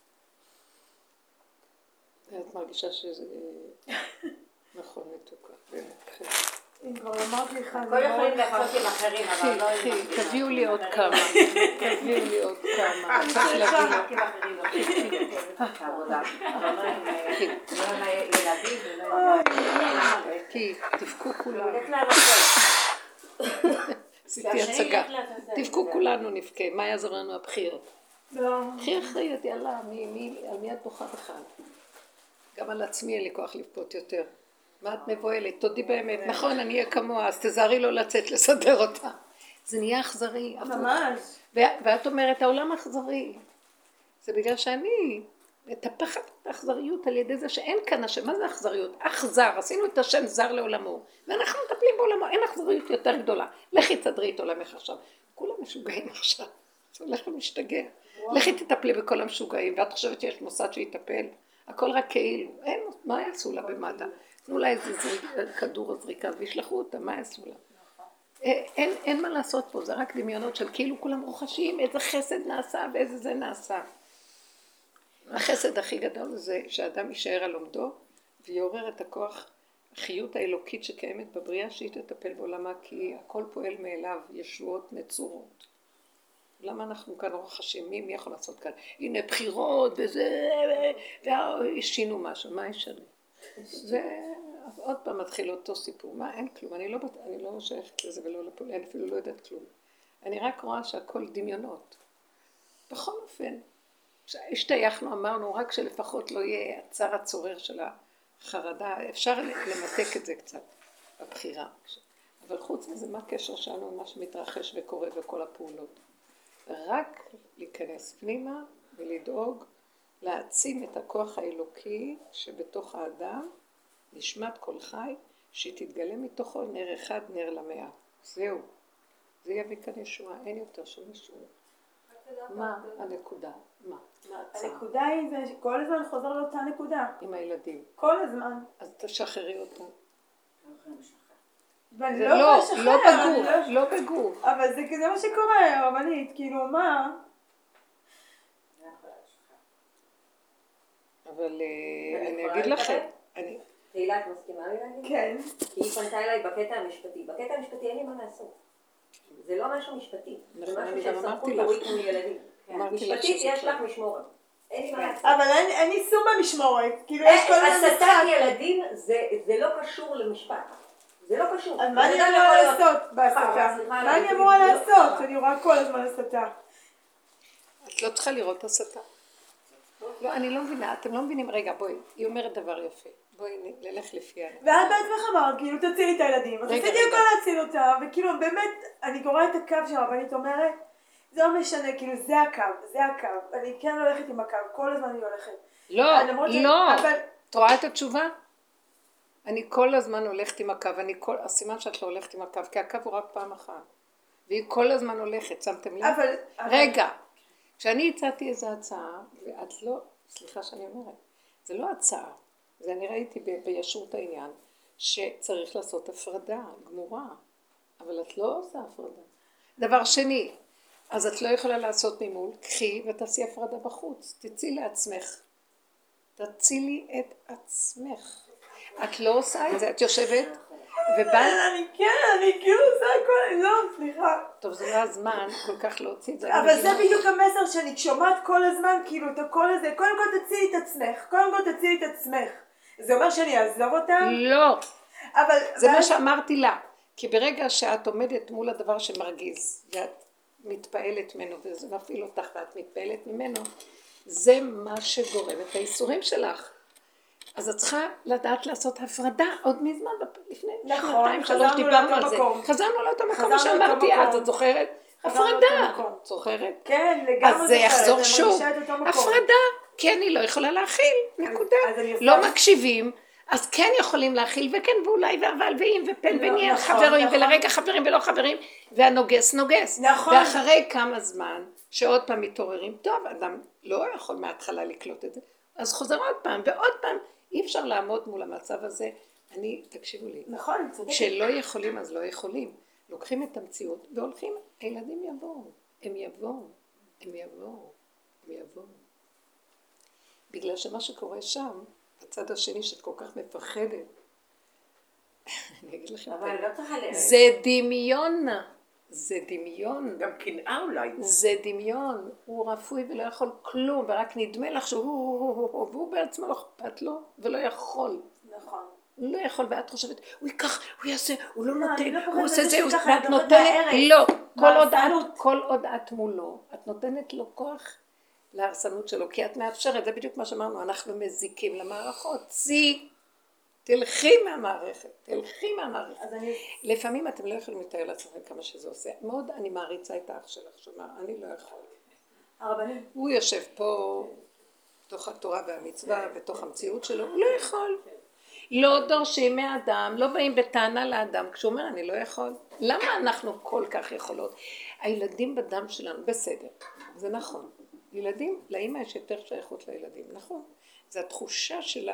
A: את מרגישה שזה נכון מתוקה, באמת.
F: אם כבר אמרתי לך,
B: הכל יכולים לעשות עם אחרים, אבל לא עם אחרים.
A: תביאו לי עוד כמה, תביאו לי עוד כמה. צריך להביא לי.
B: עבודה. אבל לא עם ילדים ולא עם...
A: כי תבכו כולנו.
B: הולך לענות.
A: עשיתי הצגה. תבכו כולנו נבכה, מה יעזור לנו הבחירות?
F: לא.
A: קחי אחריות, יאללה, על מי את בוכה בכלל? גם על עצמי אין לי כוח לבכות יותר. מה את מבועלת? תודי באמת. נכון, אני אהיה כמוה, אז תזהרי לא לצאת לסדר אותה. זה נהיה אכזרי.
F: ממש.
A: ואת אומרת, העולם אכזרי. זה בגלל שאני מטפחת את האכזריות על ידי זה שאין כאן השם. מה זה אכזריות? אכזר. עשינו את השם זר לעולמו. ואנחנו מטפלים בעולמו. אין אכזריות יותר גדולה. לכי תדרי את עולמך עכשיו. כולם משוגעים עכשיו. זה הולך ומשתגע. לכי תטפלי בכל המשוגעים. ואת חושבת שיש מוסד שיטפל. הכל רק כאילו. אין, מה יעשו לה במד"א? תנו לה איזה כדור או זריקה וישלחו אותה. מה יעשו לה? אין מה לעשות פה. זה רק דמיונות של כאילו כולם רוחשים. איזה חסד נעשה ואיזה זה נעשה. החסד הכי גדול זה שהאדם יישאר על עומדו ויעורר את הכוח, החיות האלוקית שקיימת בבריאה שהיא תטפל בעולמה, כי הכל פועל מאליו, ישועות נצורות. למה אנחנו כאן רוחשים? מי יכול לעשות כאן? הנה בחירות וזה, והשינו משהו, מה ישנה? ועוד פעם מתחיל אותו סיפור, מה? אין כלום, אני לא שייכת לזה ולא לפעול, אני אפילו לא יודעת כלום. אני רק רואה שהכל דמיונות. בכל אופן, השתייכנו, אמרנו, רק שלפחות לא יהיה הצער הצורר של החרדה, אפשר למתק את זה קצת בבחירה. אבל חוץ מזה, מה הקשר שלנו עם מה שמתרחש וקורה וכל הפעולות? רק להיכנס פנימה ולדאוג, להעצים את הכוח האלוקי שבתוך האדם, נשמת כל חי, שהיא תתגלה מתוכו נר אחד, נר למאה. זהו. זה יביא כאן ישועה, אין יותר שום ישועה. מה הנקודה? מה הצעה?
F: הנקודה היא זה שכל הזמן חוזר לאותה נקודה.
A: עם הילדים.
F: כל הזמן.
A: אז תשחררי אותה.
F: ואני
A: זה
F: לא יכולה לשחרר.
A: לא בגוף, לא בגוף.
F: אבל זה כזה מה שקורה, רבנית, כאילו מה?
A: אבל אני אגיד לכם.
B: תהילה, את מסכימה לי להגיד?
F: כן.
B: כי היא פנתה אליי בקטע המשפטי. בקטע המשפטי אין לי מה לעשות. זה לא משהו משפטי. זה משהו של סמכות הורית מול ילדים. משפטית יש לך משמורת. אין לי מה לעשות.
F: אבל אין יישום במשמורת. כאילו יש כל הזמן
B: הסתת ילדים זה לא קשור למשפט. זה לא קשור.
F: אז מה אני אמורה לעשות בהסתה? מה אני אמורה לעשות? אני רואה כל הזמן הסתה.
A: את לא צריכה לראות הסתה. לא, אני לא מבינה, אתם לא מבינים, רגע בואי, היא אומרת דבר יפה. בואי נלך לפי העניין.
F: ואת בעצמך אמרת, כאילו תצילי את הילדים. אז עשיתי הכל להציל אותה, וכאילו באמת, אני קוראה את הקו שהרבנית אומרת, זה לא משנה, כאילו זה הקו, זה הקו. אני כן הולכת עם הקו, כל הזמן אני הולכת.
A: לא, את רואה את התשובה? אני כל הזמן הולכת עם הקו, הסימן שאת לא הולכת עם הקו, כי הקו הוא רק פעם אחת. והיא כל הזמן הולכת, שמתם לב? רגע, כשאני הצעתי איזו הצעה, ואת לא, סליחה שאני אומרת, זה לא הצעה, זה אני ראיתי בישרות העניין, שצריך לעשות הפרדה, גמורה, אבל את לא עושה הפרדה. דבר שני, אז את לא יכולה לעשות ממול, קחי ותעשי הפרדה בחוץ, תצאי לעצמך, תצילי את עצמך. את לא עושה את זה, את יושבת ובאת...
F: אני כאילו עושה הכל, לא, סליחה.
A: טוב, זה לא הזמן כל כך להוציא את זה.
F: אבל זה בדיוק המסר שאני שומעת כל הזמן, כאילו את הכל הזה, קודם כל תצילי את עצמך, קודם כל תצילי את עצמך. זה אומר שאני אעזוב אותם?
A: לא. זה מה שאמרתי לה. כי ברגע שאת עומדת מול הדבר שמרגיז, ואת מתפעלת ממנו, וזה מפעיל אותך ואת מתפעלת ממנו, זה מה שגורם את האיסורים שלך. אז את צריכה לדעת לעשות הפרדה עוד מזמן, לפני
F: נכון,
A: שנתיים, שלוש
F: חזרנו
A: דיברנו
F: לאותו
A: על זה.
F: מקום.
A: חזרנו לאותו מקום
F: חזרנו
A: שאמרתי
F: לאותו
A: אז,
F: מקום.
A: את זוכרת?
F: חזרנו לאותו
A: הפרדה,
F: מקום.
A: זוכרת?
F: כן, לגמרי
A: אז זה יחזור
F: זה
A: שוב,
F: מרגישה את אותו מקום.
A: הפרדה, כי אני לא יכולה להכיל, נקודה.
F: אז אני
A: לא
F: עושה-
A: מקשיבים, אז כן יכולים להכיל, וכן ואולי ואבל ואם ופן
F: לא,
A: ונהיה
F: נכון,
A: חברים,
F: נכון.
A: ולרגע חברים ולא חברים, והנוגס נוגס.
F: נכון.
A: ואחרי כמה זמן, שעוד פעם מתעוררים, טוב, אדם לא יכול מההתחלה לקלוט את זה, אז חוזר עוד פעם, ועוד פעם, אי אפשר לעמוד מול המצב הזה. תקשיבו לי,
F: נכון, צודקת.
A: שלא יכולים אז לא יכולים. לוקחים את המציאות והולכים, הילדים יבואו, הם יבואו, הם יבואו, הם יבואו. בגלל שמה שקורה שם, בצד השני שאת כל כך מפחדת, אני אגיד לכם,
B: אבל לא צריכה
A: זה דמיון, זה דמיון,
C: גם קנאה אולי.
A: זה דמיון, הוא רפוי ולא יכול כלום, ורק נדמה לך והוא בעצמו לא אכפת לו ולא יכול.
F: נכון.
A: הוא לא יכול, ואת חושבת, הוא ייקח, הוא יעשה, הוא לא נותן,
F: אני לא
A: הוא
F: קוראת
A: עושה
F: לזה
A: זה,
F: שככה,
A: ואת
F: את אומרת
A: נותנת,
F: מהארץ.
A: לא,
F: מההרסנות.
A: כל עוד את מולו, את נותנת לו כוח להרסנות שלו, כי את מאפשרת, זה בדיוק מה שאמרנו, אנחנו מזיקים למערכות, תלכי מהמערכת, תלכי מהמערכת.
F: אז אני...
A: לפעמים אתם לא יכולים לתאר לעצמכם כמה שזה עושה, מאוד אני מעריצה את האח שלך, שאומר, אני לא יכול.
F: הרבנים.
A: הוא יושב פה, בתוך התורה והמצווה, בתוך המציאות שלו, הוא לא יכול. לא דורשים מאדם, לא באים בטענה לאדם, כשהוא אומר אני לא יכול. למה אנחנו כל כך יכולות? הילדים בדם שלנו, בסדר, זה נכון. ילדים, לאמא יש יותר שייכות לילדים, נכון. זה התחושה של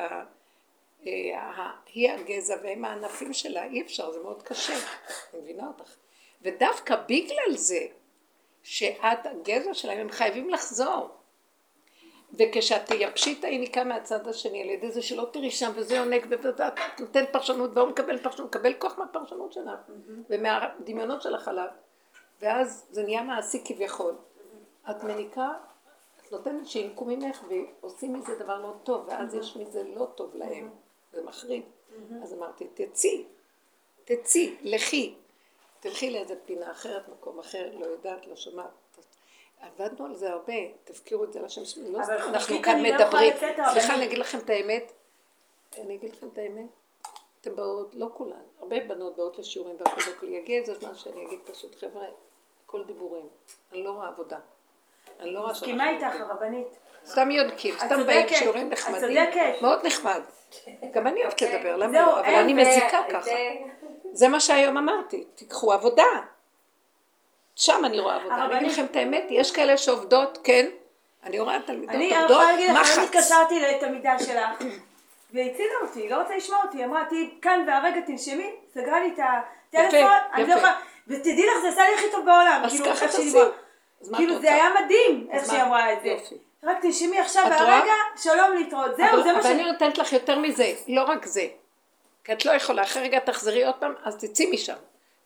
A: היא הגזע והם הענפים שלה, אי אפשר, זה מאוד קשה. אני מבינה אותך. ודווקא בגלל זה, שאת הגזע שלהם, הם חייבים לחזור. וכשאת תייבשי את היניקה מהצד השני, על ידי זה שלא תראי שם וזה יונק ואת נותן פרשנות והוא מקבל פרשנות, מקבל כוח מהפרשנות שלך ומהדמיונות שלך עליו, ואז זה נהיה מעשי כביכול. את מניקה, את נותנת שינקו ממך ועושים מזה דבר לא טוב, ואז יש מזה לא טוב להם, זה מחריד. אז אמרתי, תצאי, לכי, תלכי לאיזה פינה אחרת, מקום אחר, לא יודעת, לא שומעת. עבדנו על זה הרבה, תפקירו את זה לשם שמי, לא סתם, אנחנו כאן מדברים. סליחה, אני אגיד לכם את האמת, אתם באות, לא כולן, הרבה בנות באות לשיעורים והפעולות לי, יגיע איזה זמן שאני אגיד פשוט, חבר'ה, כל דיבורים, אני לא רואה עבודה, אני לא רואה
F: מסכימה איתך, הרבנית.
A: סתם יודקים, סתם באים שיעורים נחמדים, מאוד נחמד, גם אני אוהבת לדבר, למה לא? אבל אני מזיקה ככה, זה מה שהיום אמרתי, תיקחו עבודה. שם אני רואה עבודה, אני אגיד לכם את האמת, יש כאלה שעובדות, כן, אני רואה תלמידות עובדות,
F: אני התקשרתי לתלמידה שלך, והיא הצילה אותי, לא רוצה לשמוע אותי, אמרה, תהי כאן והרגע תנשמי, סגרה לי את הטלפון, אני לא יכולה, ותדעי לך, זה עשה לי הכי טוב בעולם,
A: אז ככה תעשי,
F: כאילו זה היה מדהים איך שהיא אמרה את זה, רק תנשמי עכשיו והרגע, שלום להתראות, זהו, זה מה ש...
A: אבל אני נותנת לך יותר מזה, לא רק זה, כי את לא יכולה, אחרי רגע תחזרי עוד פעם, אז תצאי משם.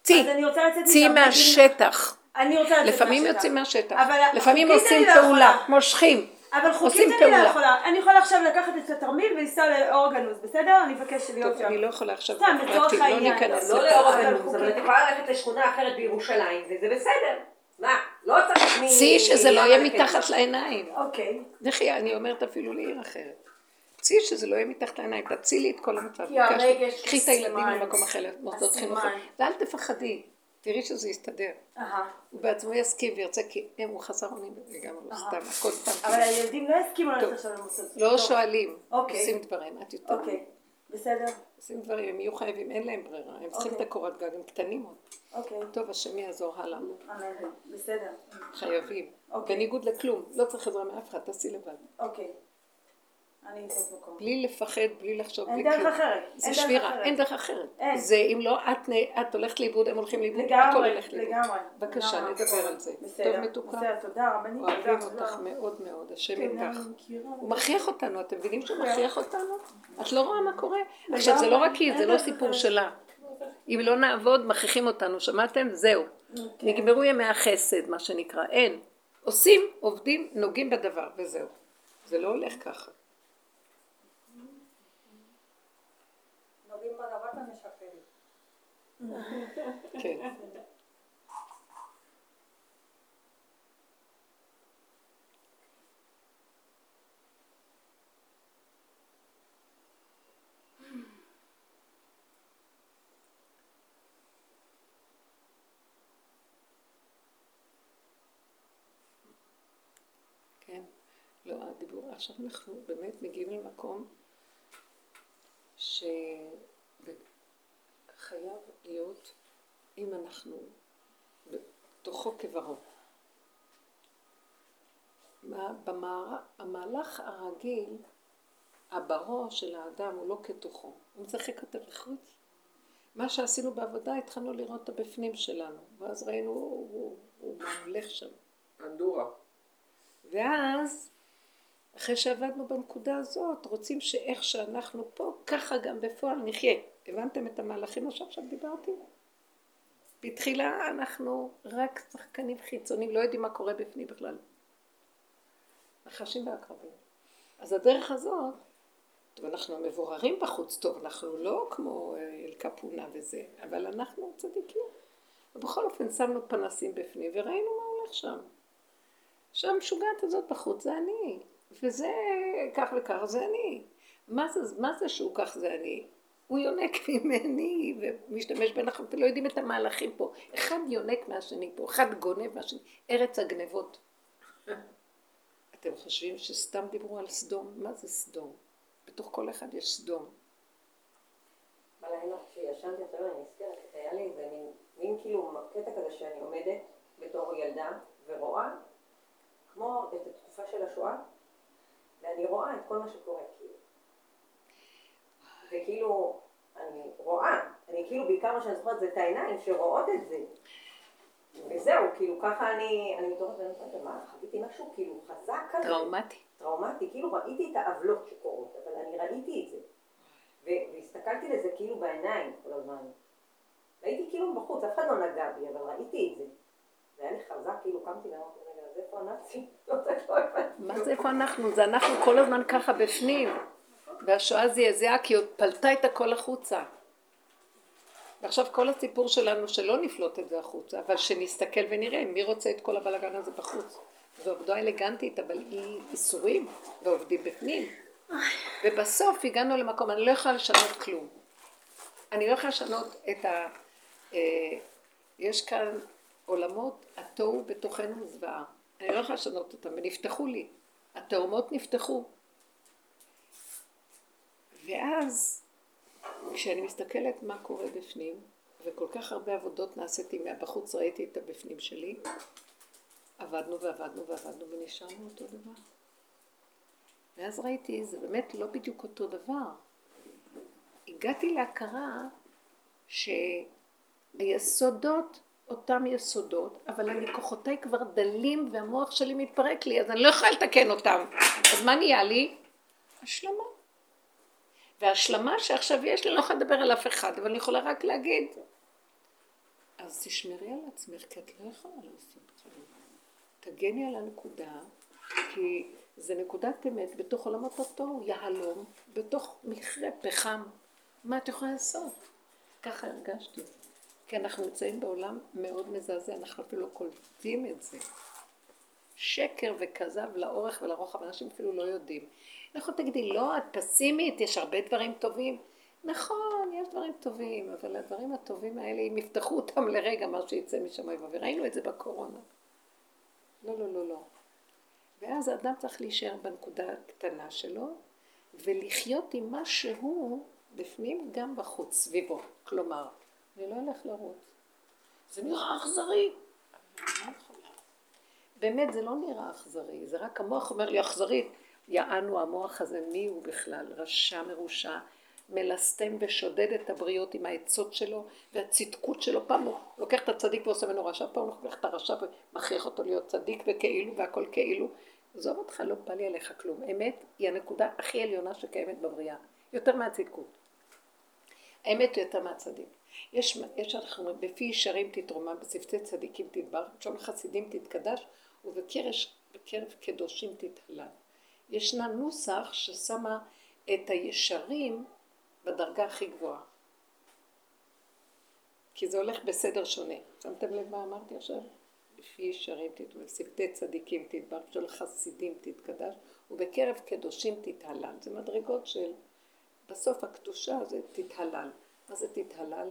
A: צאי מהשטח. לפעמים יוצאים מהשטח, לפעמים עושים פעולה, מושכים,
F: אבל חוקית אני לא יכולה. אני יכולה עכשיו לקחת את התרמיל ולנסוע לאורגנוס, בסדר? אני מבקשת להיות שם.
A: אני לא יכולה עכשיו,
F: סתם, לצורך העניין.
B: לא לאורגנוס, אבל את יכולה ללכת לשכונה אחרת בירושלים, וזה בסדר. מה? לא צריך
A: צאי שזה לא יהיה מתחת לעיניים.
F: אוקיי.
A: דחי, אני אומרת אפילו לעיר אחרת. צאי שזה לא יהיה מתחת לעיניים, תצילי את כל המצב.
F: כי הרגש
A: קחי את הילדים
F: סימן.
A: למקום אחר, מוסדות חינוכיים, ואל תפחדי, תראי שזה יסתדר. הוא בעצמו יסכים וירצה, כי הוא חסר אונים לגמרי, לא סתם, הכל סתם.
F: אבל הילדים לא הסכימו ללכת עכשיו למוסדות.
A: לא שואלים,
F: אוקיי.
A: עושים דברים, את יותר.
F: אוקיי, בסדר.
A: עושים דברים, הם יהיו חייבים, אין להם ברירה, הם צריכים את הקורת גג, הם קטנים עוד.
F: אוקיי.
A: טוב, השם יעזור הלאה.
F: אמן, בסדר.
A: חייבים.
F: אוקיי.
A: בניגוד לכלום, לא צריך עזרה מאף אחד, תעשי לבד.
F: אוקיי. אני אמצא מקום.
A: בלי לפחד, בלי לחשוב,
F: אין
A: בלי
F: דרך אחרת.
A: זה שבירה, אין דרך אחרת.
F: אין.
A: זה אם לא, את הולכת לאיבוד, הם הולכים לאיבוד, הכל
F: לגמרי,
A: הולך לאיבוד.
F: לגמרי.
A: בבקשה, נדבר על זה.
F: בסדר,
A: טוב מתוקה.
F: בסדר, תודה רבנית.
A: אוהבים אותך מאוד מאוד, השם איתך. הוא מכריח אותנו, אתם מבינים שהוא מכריח אותנו? את לא רואה מה קורה? עכשיו, זה לא רק היא, זה לא סיפור שלה. אם לא נעבוד, מכריחים אותנו, שמעתם? זהו. נגמרו ימי החסד, מה שנקרא, אין. עושים, עובדים, נוגעים בדבר, וזהו. זה לא הולך ככה.
B: נוגעים בדבר ומשחררים.
A: כן. הדיבור, עכשיו אנחנו באמת מגיעים למקום שחייב להיות, אם אנחנו בתוכו כברו. המהלך הרגיל, הברו של האדם הוא לא כתוכו, הוא משחק אותה בחוץ. מה שעשינו בעבודה, התחלנו לראות את הבפנים שלנו, ואז ראינו, הוא ממלך שם.
C: אנדורה.
A: ואז, אחרי שעבדנו בנקודה הזאת, רוצים שאיך שאנחנו פה, ככה גם בפועל נחיה. הבנתם את המהלכים עכשיו דיברתי? בתחילה אנחנו רק שחקנים חיצוניים, לא יודעים מה קורה בפנים בכלל. נחשים והקרבים. אז הדרך הזאת, טוב, אנחנו מבוררים בחוץ, טוב, אנחנו לא כמו אל קפונה וזה, אבל אנחנו צדיקים. ובכל אופן שמנו פנסים בפנים וראינו מה הולך שם. שהמשוגעת הזאת בחוץ זה אני, וזה כך וכך זה אני. מה זה שהוא כך זה אני? הוא יונק ממני ומשתמש אנחנו לא יודעים את המהלכים פה. אחד יונק מהשני פה, אחד גונב מהשני, ארץ הגנבות. אתם חושבים שסתם דיברו על סדום? מה זה סדום? בתוך כל אחד יש סדום.
G: בלילה כשישנתי עכשיו אני נזכרת, היה לי איזה מין כאילו קטע כזה שאני עומדת בתור ילדה ורואה כמו את התקופה של השואה, ואני רואה את כל מה שקורה כאילו. וכאילו, אני רואה, אני כאילו בעיקר מה שאני זוכרת זה את העיניים שרואות את זה. וזהו, כאילו ככה אני מתעוררת ואני אומרת, מה, חוויתי משהו כאילו חזק כזה. טראומטי, כאילו ראיתי את העוולות שקורות, אבל אני ראיתי את זה. והסתכלתי לזה כאילו בעיניים כל הזמן. ראיתי כאילו בחוץ, אף אחד לא נגע בי, אבל ראיתי את זה. זה היה לי חזק, כאילו קמתי ואמרתי, רגע, אז איפה הנאצים?
A: מה זה איפה אנחנו? זה אנחנו כל הזמן ככה בפנים. והשואה זעזעה כי עוד פלטה את הכל החוצה. ועכשיו כל הסיפור שלנו שלא נפלוט את זה החוצה, אבל שנסתכל ונראה מי רוצה את כל הבלגן הזה בחוץ. זו עבודה אלגנטית, אבל היא איסורים ועובדים בפנים. ובסוף הגענו למקום, אני לא יכולה לשנות כלום. אני לא יכולה לשנות את יש כאן עולמות, התוהו בתוכנו זוועה. אני לא יכולה לשנות אותם, ונפתחו לי. התאומות נפתחו. ואז, כשאני מסתכלת מה קורה בפנים, וכל כך הרבה עבודות נעשיתי מהבחוץ, ראיתי את הבפנים שלי, עבדנו ונשארנו אותו דבר. ואז ראיתי, זה באמת לא בדיוק אותו דבר. הגעתי להכרה שהיסודות, אותם יסודות, אבל אני כוחותיי כבר דלים והמוח שלי מתפרק לי, אז אני לא יכולה לתקן אותם. אז מה נהיה לי? השלמה. וההשלמה שעכשיו יש לי, לא יכולה לדבר על אף אחד, אבל אני יכולה רק להגיד, אז תשמרי על עצמך, כי את לא יכולה לעשות כלום. תגני על הנקודה, כי זה נקודת אמת בתוך עולמות התוהו, יהלום, בתוך מכרה פחם. מה את יכולה לעשות? ככה הרגשתי. כי אנחנו נמצאים בעולם מאוד מזעזע, אנחנו אפילו קולטים את זה. שקר וכזב לאורך ולרוחב, אנשים אפילו לא יודעים. נכון, תגידי, לא, את פסימית, יש הרבה דברים טובים. נכון, יש דברים טובים, אבל הדברים הטובים האלה, אם יפתחו אותם לרגע, מה שיצא משם, וראינו את זה בקורונה. לא. ואז האדם צריך להישאר בנקודה הקטנה שלו, ולחיות עם מה שהוא בפנים גם בחוץ, סביבו. כלומר, אני לא הולך לרוץ. זה נראה אכזרי. אבל אני לא יכולה. באמת זה לא נראה אכזרי, זה רק המוח אומר לי אכזרית. יענו המוח הזה, מי הוא בכלל? רשע מרושע, מלסתם ושודד את הבריות עם העצות שלו והצדקות שלו. פעם הוא לוקח את הצדיק ועושה ממנו רשע, פעם הוא לוקח את הרשע ומכריח אותו להיות צדיק וכאילו והכל כאילו. עזוב אותך, לא בא לי עליך כלום. אמת היא הנקודה הכי עליונה שקיימת בבריאה, יותר מהצדקות. האמת היא יותר מהצדיק. יש אנחנו אומרים, בפי ישרים תתרומם, בשפתי צדיקים תדבר, בשום חסידים תתקדש, ובקרב קדושים תתהלל. ישנה נוסח ששמה את הישרים בדרגה הכי גבוהה. כי זה הולך בסדר שונה. שמתם לב מה אמרתי עכשיו? בפי ישרים תתרומם, בשפתי צדיקים תדבר, בשום חסידים תתקדש, ובקרב קדושים תתהלל. זה מדרגות של, בסוף הקדושה זה תתהלל. מה זה תתהלל?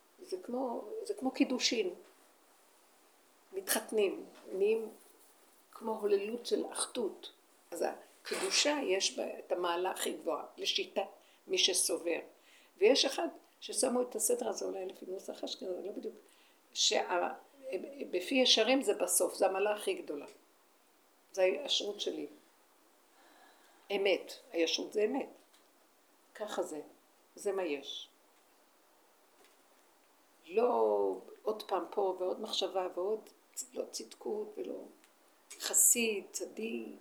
A: זה כמו קידושין. מתחתנים, נהיים כמו הוללות של אחדות. אז הקדושה יש בה את המעלה הכי גבוהה, לשיטה מי שסובר. ויש אחד ששמו את הסדר הזה אולי לפי נוסח אשכנזי, לא בדיוק, שבפי ישרים זה בסוף, זה המעלה הכי גדולה. זה הישרות שלי. אמת, הישרות זה אמת. ככה זה, זה מה יש. לא עוד פעם פה ועוד מחשבה ועוד לא צדקות ולא חסיד, צדיק.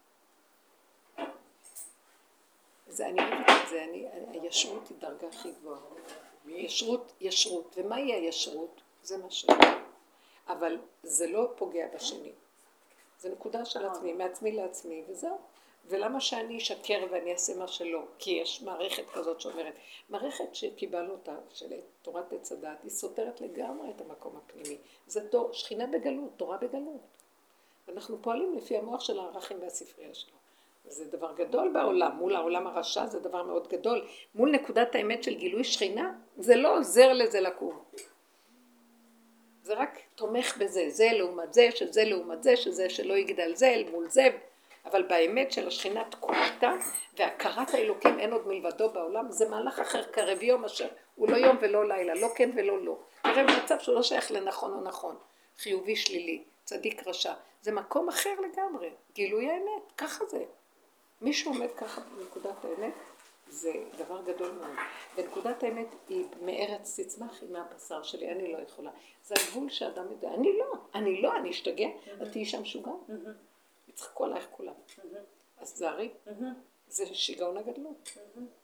A: זה, אני אוהבת את זה, הישרות היא דרגה הכי גבוהה. ישרות, ומה היא הישרות? זה מה שאני. אבל זה לא פוגע בשני. זה נקודה של עצמי, מעצמי לעצמי, וזהו. ולמה שאני אשקר ואני אעשה מה שלא? כי יש מערכת כזאת שאומרת, מערכת שקיבלנו אותה, של תורת עץ הדת, היא סותרת לגמרי את המקום הפנימי. זה שכינה בגלות, תורה בגלות. ואנחנו פועלים לפי המוח של הערכים והספרייה שלו. זה דבר גדול בעולם, מול העולם הרשע זה דבר מאוד גדול. מול נקודת האמת של גילוי שכינה, זה לא עוזר לזה לקום. זה רק תומך בזה, זה לעומת זה, שזה לעומת זה, שזה שלא יגדל זה, אל מול זה. אבל באמת של השכינה תקומתה והכרת האלוקים אין עוד מלבדו בעולם, זה מהלך אחר קרב יום אשר הוא לא יום ולא לילה, לא כן ולא לא. קרב מצב שהוא לא שייך לנכון או נכון, חיובי שלילי, צדיק רשע. זה מקום אחר לגמרי, גילוי האמת, ככה זה. מי שעומד ככה בנקודת האמת, זה דבר גדול מאוד. ונקודת האמת היא מארץ תצמח, היא מהבשר שלי, אני לא יכולה. זה הגבול שאדם יודע, אני לא, אני אשתגע, אז תהי שם שוגע. יצחקו עלייך כולם. אז זהרי, זה שיגעון הגדלות.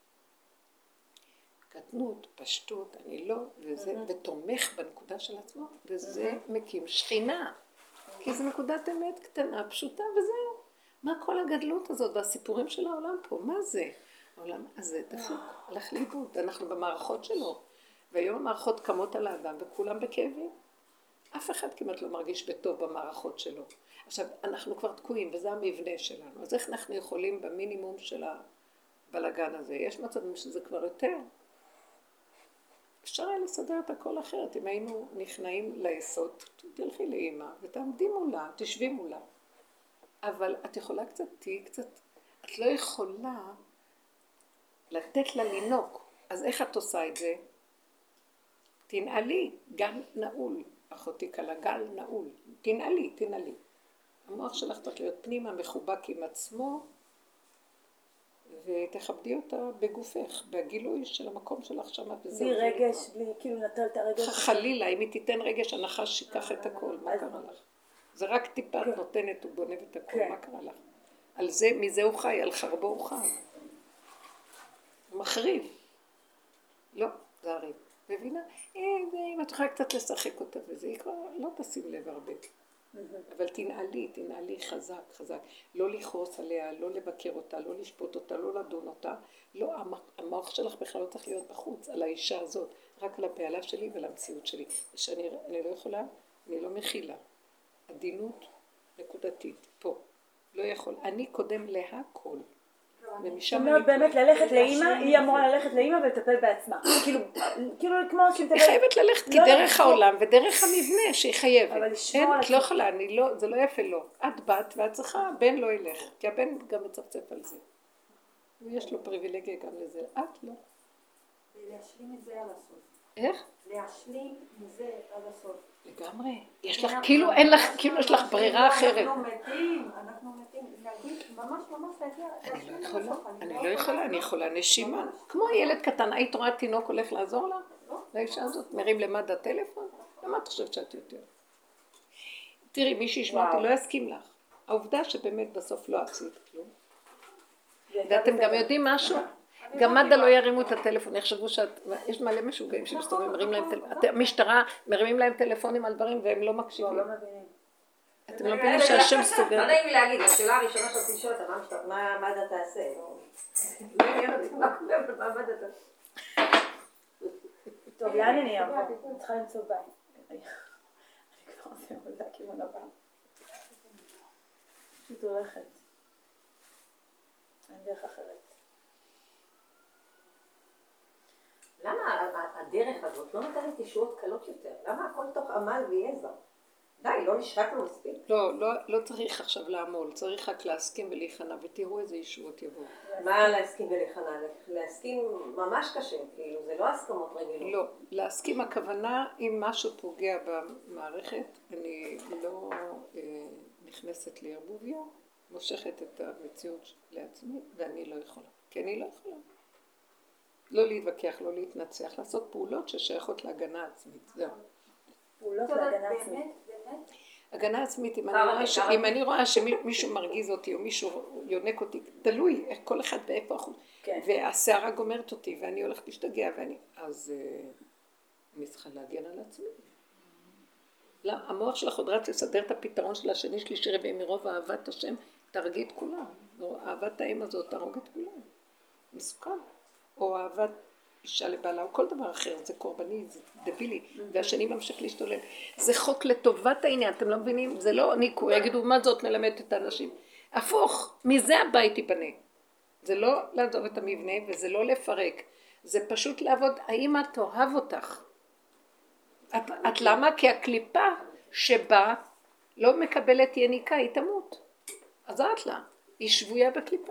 A: קטנות, פשטות, אני לא, וזה, ותומך בנקודה של עצמו, וזה מקים שכינה. כי זו נקודת אמת קטנה, פשוטה, וזהו. מה כל הגדלות הזאת והסיפורים של העולם פה? מה זה? העולם הזה דפוק, הלך לאיבוד, אנחנו במערכות שלו. והיום המערכות קמות על האדם וכולם בכאבים. אף אחד כמעט לא מרגיש בטוב במערכות שלו. עכשיו, אנחנו כבר תקועים, וזה המבנה שלנו. אז איך אנחנו יכולים במינימום של הבלגן הזה? יש מצבים שזה כבר יותר. אפשר היה לסדר את הכל אחרת. אם היינו נכנעים ליסוד, תלכי לאמא ותעמדי מולה, תשבי מולה. אבל את יכולה קצת, את לא יכולה לתת לה לינוק. אז איך את עושה את זה? תנעלי, גל נעול. אחותי קלה, גל נעול. תנעלי. המוח שלך צריך להיות פנימה מחובק עם עצמו, ותכבדי אותה בגופך, בגילוי של המקום שלך שמה.
F: בלי רגש, בלי כאילו נטל את הרגש.
A: חלילה, אם היא תיתן רגש, הנחש שיקח את הכל, מה קרה לך? זה רק טיפה נותנת, הוא גונב את הכל, מה קרה לך? על זה, מזה הוא חי, על חרבו הוא חי. הוא מחריב. לא, זה הריב. מבינה? אם את יכולה קצת לשחק אותה וזה, היא כבר לא תשים לב הרבה. אבל תנעלי חזק. לא לכעוס עליה, לא לבקר אותה, לא לשפוט אותה, לא לדון אותה. לא, המוח שלך בכלל לא צריך להיות בחוץ, על האישה הזאת, רק על הפעלה שלי ועל המציאות שלי. שאני לא יכולה, אני לא מכילה. עדינות נקודתית, פה. לא יכול. אני קודם להכל.
F: זאת אומרת באמת ללכת לאמא, היא אמורה ללכת לאמא ולטפל בעצמה. כאילו כמו שהיא
A: היא חייבת ללכת כדרך העולם ודרך המבנה שהיא חייבת.
F: אבל לשמור על
A: את לא יכולה, זה לא יפה לו. את בת ואת צריכה, הבן לא ילך. כי הבן גם מצפצף על זה. ויש לו פריבילגיה גם לזה. את לא.
B: להשלים את זה עד הסוף.
A: איך?
B: להשלים את זה עד הסוף.
A: לגמרי. יש לך, כאילו אין לך, כאילו יש לך ברירה אחרת.
B: אנחנו מתים, להגיד, ממש להגיע.
A: אני לא יכולה, אני יכולה נשימה. כמו ילד קטן, היית רואה תינוק הולך לעזור לה? לאישה הזאת, מרים למד הטלפון? למה את חושבת שאת יותר? תראי, מי שישמע אותי לא יסכים לך. העובדה שבאמת בסוף לא עשית כלום. ואתם גם יודעים משהו? גם מד"א לא ירימו את הטלפון, יחשבו יש מלא משוגעים שמסתובבים, מרים להם טלפון. המשטרה מרימים להם טלפונים על דברים והם לא מקשיבים. אתם לא מבינים שהשם סוגר.
G: לא נעים לי להגיד, השאלה הראשונה שאתה תשאול אותה, מה מד"א תעשה? לא עניין אותי מה קורה, אבל מה מד"א תעשה?
F: טוב, לאן אני אעבור? אני צריכה למצוא בית. אני כבר עושה עבודה כיוון הבא. פשוט הולכת. אין דרך אחרת.
G: למה הדרך הזאת לא נותנת ישועות קלות יותר? למה הכל תוך עמל ויזע? די, לא נשחקנו מספיק.
A: לא צריך עכשיו לעמול, צריך רק להסכים ולהיכנע, ותראו איזה ישועות יבואו.
G: מה להסכים ולהיכנע? להסכים ממש קשה, כאילו, זה לא הסכמות רגילות.
A: לא, להסכים הכוונה, אם משהו פוגע במערכת, אני לא נכנסת לערבוביה, מושכת את המציאות לעצמי, ואני לא יכולה. כי אני לא יכולה. לא להתווכח, לא להתנצח, לעשות פעולות ששייכות להגנה עצמית, זהו.
F: פעולות להגנה עצמית.
A: הגנה עצמית, אם אני רואה שמישהו מרגיז אותי או מישהו יונק אותי, תלוי, כל אחד באיפה אחוז, והשערה גומרת אותי ואני הולכת להשתגע, אז אני צריכה להגן על עצמי. לא, המוח שלך עוד רץ לסדר את הפתרון של השני שלישי רביעי מרוב אהבת השם, תרגי את כולם. אהבת האם הזאת תרוג את כולם. מסוכן. או אהבת אישה לבעלה, או כל דבר אחר, זה קורבני, זה דבילי, והשני ממשיך להשתולל. זה חוק לטובת העניין, אתם לא מבינים? זה לא ניקו, יגידו, מה זאת מלמדת את האנשים? הפוך, מזה הבית ייבנה. זה לא לעזוב את המבנה, וזה לא לפרק. זה פשוט לעבוד, האם את תאהב אותך? את למה? כי הקליפה שבה לא מקבלת יניקה, היא תמות. אז את לה, היא שבויה בקליפה.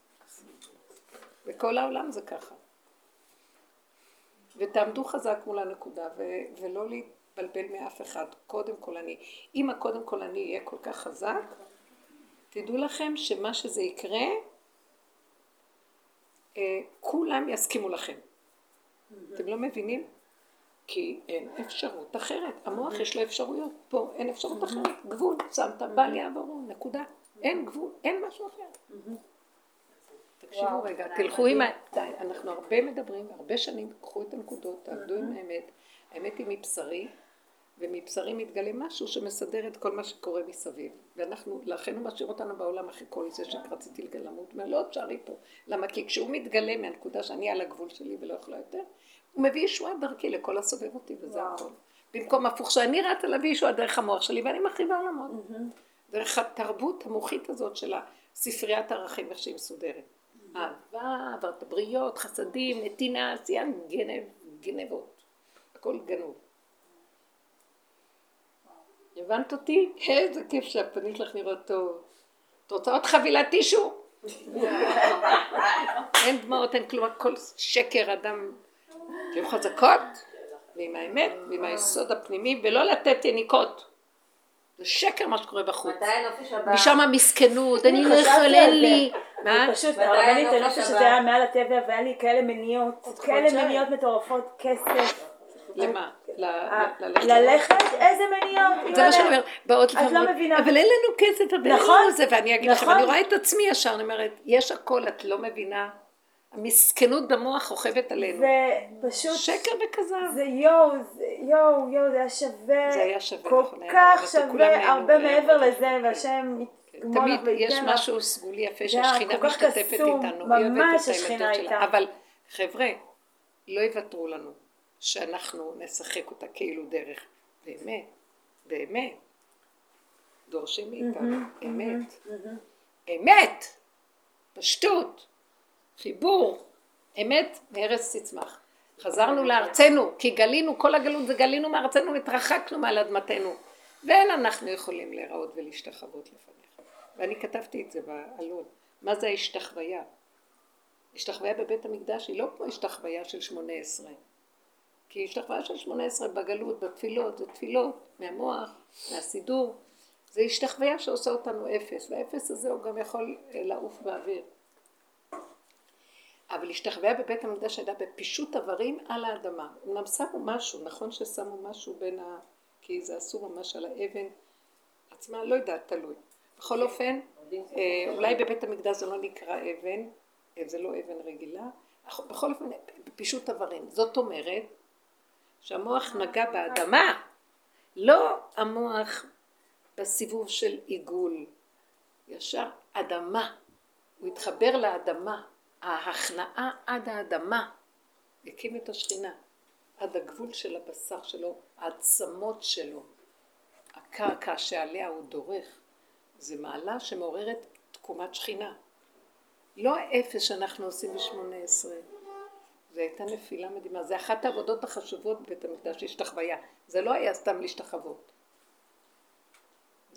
A: וכל העולם זה ככה. ותעמדו חזק מול הנקודה, ולא להתבלבל מאף אחד. קודם כל אני. אם הקודם כל אני יהיה כל כך חזק, תדעו לכם שמה שזה יקרה, כולם יסכימו לכם. אתם לא מבינים? כי אין אפשרות אחרת. המוח יש לו אפשרויות. פה אין אפשרות אחרת. גבול, שמת, בל יעברו, נקודה. אין גבול, אין משהו אחר. תקשיבו רגע, תלכו עם די, אנחנו הרבה מדברים, הרבה שנים, קחו את הנקודות, תעבדו עם האמת. האמת היא מבשרי, ומבשרי מתגלה משהו שמסדר את כל מה שקורה מסביב. ואנחנו, לכן הוא משאיר אותנו בעולם אחרי כל זה שרציתי לגלמות, לא תשארי פה. למה? כי כשהוא מתגלה מהנקודה שאני על הגבול שלי ולא יכולה יותר, הוא מביא ישועה דרכי לכל הסובב אותי, וזה הכל. במקום הפוך שאני רצה להביא ישועה דרך המוח שלי, ואני מחריבה עולמות. דרך התרבות המוחית הזאת של ספריית ערכים, איך שהיא מסודרת. אהבה, עברת בריות, חסדים, נתינה, עשייה, גנבות. הכל גנוב. הבנת אותי? איזה כיף שהפנים שלך נראות טוב. את רוצה עוד חבילת טישו? אין דמעות, אין כלום, הכל שקר, אדם. תהיו חזקות, ועם האמת, ועם היסוד הפנימי, ולא לתת יניקות. זה שקר מה שקורה בחוץ. משם המסכנות, אני לא יכול, אין לי.
F: מה? פשוט, הרבנית, אני לא חושבת שזה היה מעל הטבע, והיה לי כאלה מניות מטורפות, כסף.
A: למה?
F: ללכת? איזה מניות?
A: זה מה שאני אומרת, באות
F: את לא מבינה.
A: אבל אין לנו כסף, אבל אין לנו זה, ואני אגיד לכם, אני רואה את עצמי ישר, אני אומרת, יש הכל, את לא מבינה. המסכנות במוח חוכבת עלינו.
F: ופשוט...
A: שקר וכזב.
F: זה יואו, זה היה שווה.
A: זה היה שווה.
F: כל כך שווה, הרבה מעבר לזה, והשם
A: תמיד יש משהו סגולי יפה שהשכינה משתתפת איתנו.
F: ממש השכינה איתה.
A: אבל חבר'ה, לא יוותרו לנו שאנחנו נשחק אותה כאילו דרך. באמת. דורשים מאיתנו. אמת. פשטות. חיבור, אמת והרס תצמח. חזרנו לארצנו, כי גלינו, כל הגלות זה גלינו מארצנו, התרחקנו מעל אדמתנו, ואין אנחנו יכולים להיראות ולהשתחוות לפניך. ואני כתבתי את זה בעלון. מה זה ההשתחוויה? השתחוויה בבית המקדש היא לא כמו השתחוויה של 18. כי השתחוויה של 18 בגלות, בתפילות, זה תפילות מהמוח, מהסידור. זה השתחוויה שעושה אותנו אפס, והאפס הזה הוא גם יכול לעוף באוויר. אבל השתחוויה בבית המקדש הייתה בפישוט איברים על האדמה. אמנם שמו משהו, נכון ששמו משהו בין כי זה עשו ממש על האבן עצמה, לא יודעת, תלוי. בכל אופן, אולי בבית המקדש זה לא נקרא אבן, זה לא אבן רגילה. בכל אופן, בפישוט איברים. זאת אומרת שהמוח נגע באדמה, לא המוח בסיבוב של עיגול. ישר אדמה. הוא התחבר לאדמה. ההכנעה עד האדמה, הקים את השכינה, עד הגבול של הבשר שלו, העצמות שלו, הקרקע שעליה הוא דורך, זה מעלה שמעוררת תקומת שכינה. לא האפס שאנחנו עושים ב-18, זה הייתה נפילה מדהימה, זה אחת העבודות החשובות בבית המקדש, השתחוויה, זה לא היה סתם להשתחוות.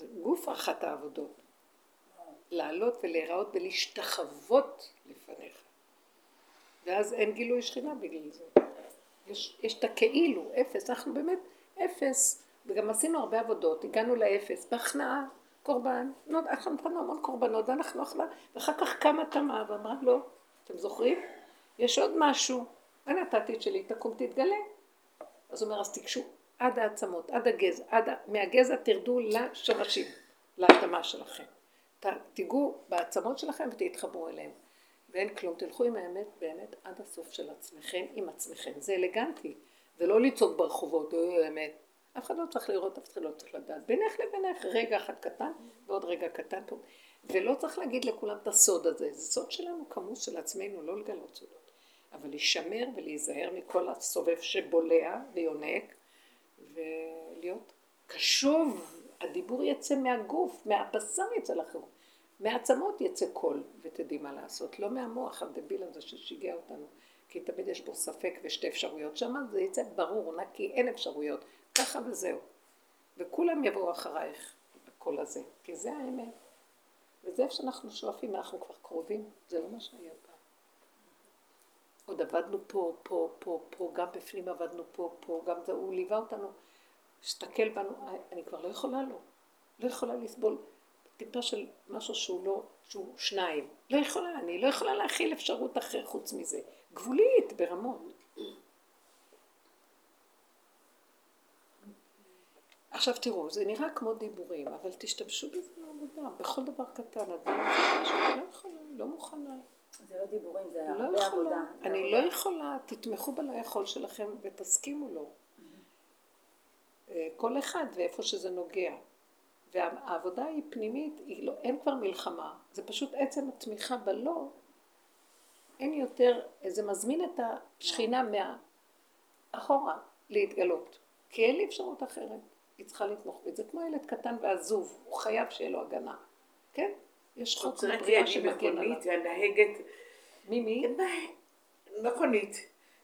A: זה גוף אחת העבודות. לעלות ולהיראות ולהשתחוות לפניך. ואז אין גילוי שכינה בגלל זה. יש את הכאילו, אפס, אנחנו באמת אפס, וגם עשינו הרבה עבודות, הגענו לאפס, בהכנעה, קורבן, אנחנו נתנו המון קורבנות, ואנחנו אכלה, ואחר כך קמה תמה, ואמרה לו, אתם זוכרים? יש עוד משהו, אני נתתי את שלי, תקום תתגלה. אז הוא אומר, אז תקשו עד העצמות, עד הגזע, מהגזע תרדו לשורשים, להתאמה שלכם. תיגעו בעצמות שלכם ותתחברו אליהם. ואין כלום, תלכו עם האמת באמת עד הסוף של עצמכם, עם עצמכם. זה אלגנטי, זה לא לצעוק ברחובות, האמת. אף אחד לא צריך לראות, אף אחד לא צריך לדעת. בינך לבינך, רגע אחד קטן ועוד רגע קטן פה. ולא צריך להגיד לכולם את הסוד הזה. זה סוד שלנו כמוס של עצמנו, לא לגלות סודות. אבל להישמר ולהיזהר מכל הסובב שבולע ויונק, ולהיות קשוב. הדיבור יצא מהגוף, מהבשר יצא לכם. מהעצמות יצא קול, ותדעי מה לעשות. לא מהמוח הדביל הזה ששיגע אותנו. כי תמיד יש בו ספק ושתי אפשרויות. שם זה יצא ברור, נקי, אין אפשרויות. ככה וזהו. וכולם יבואו אחרייך בקול הזה. כי זה האמת. וזה איפה שאנחנו שואפים, אנחנו כבר קרובים. זה לא מה שהיה פעם. עוד עבדנו פה, גם בפנים עבדנו פה, גם זה, הוא ליווה אותנו. שתקל בנו, אני כבר לא יכולה לו. לא יכולה לסבול. טיפה של משהו שהוא שניים. אני לא יכולה להכיל אפשרות אחר חוץ מזה. גבולית ברמות. עכשיו תראו, זה נראה כמו דיבורים, אבל תשתמשו בזה בעבודה. בכל דבר קטן, אני לא יכולה, לא מוכנה.
G: זה לא דיבורים, זה
A: לא
G: הרבה
A: יכולה.
G: עבודה.
A: אני לא יכולה, תתמכו בלא יכול שלכם ותסכימו לו. כל אחד ואיפה שזה נוגע. והעבודה היא פנימית, אין כבר מלחמה, זה פשוט עצם התמיכה בלא, אין יותר, זה מזמין את השכינה מהאחורה להתגלות, כי אין לי אפשרות אחרת, היא צריכה לתמוך בזה, כמו ילד קטן ועזוב, הוא חייב שיהיה לו הגנה, כן? יש חוק בבריאה שמגן עליו.
C: מכונית והנהגת,
A: מי?
C: מכונית,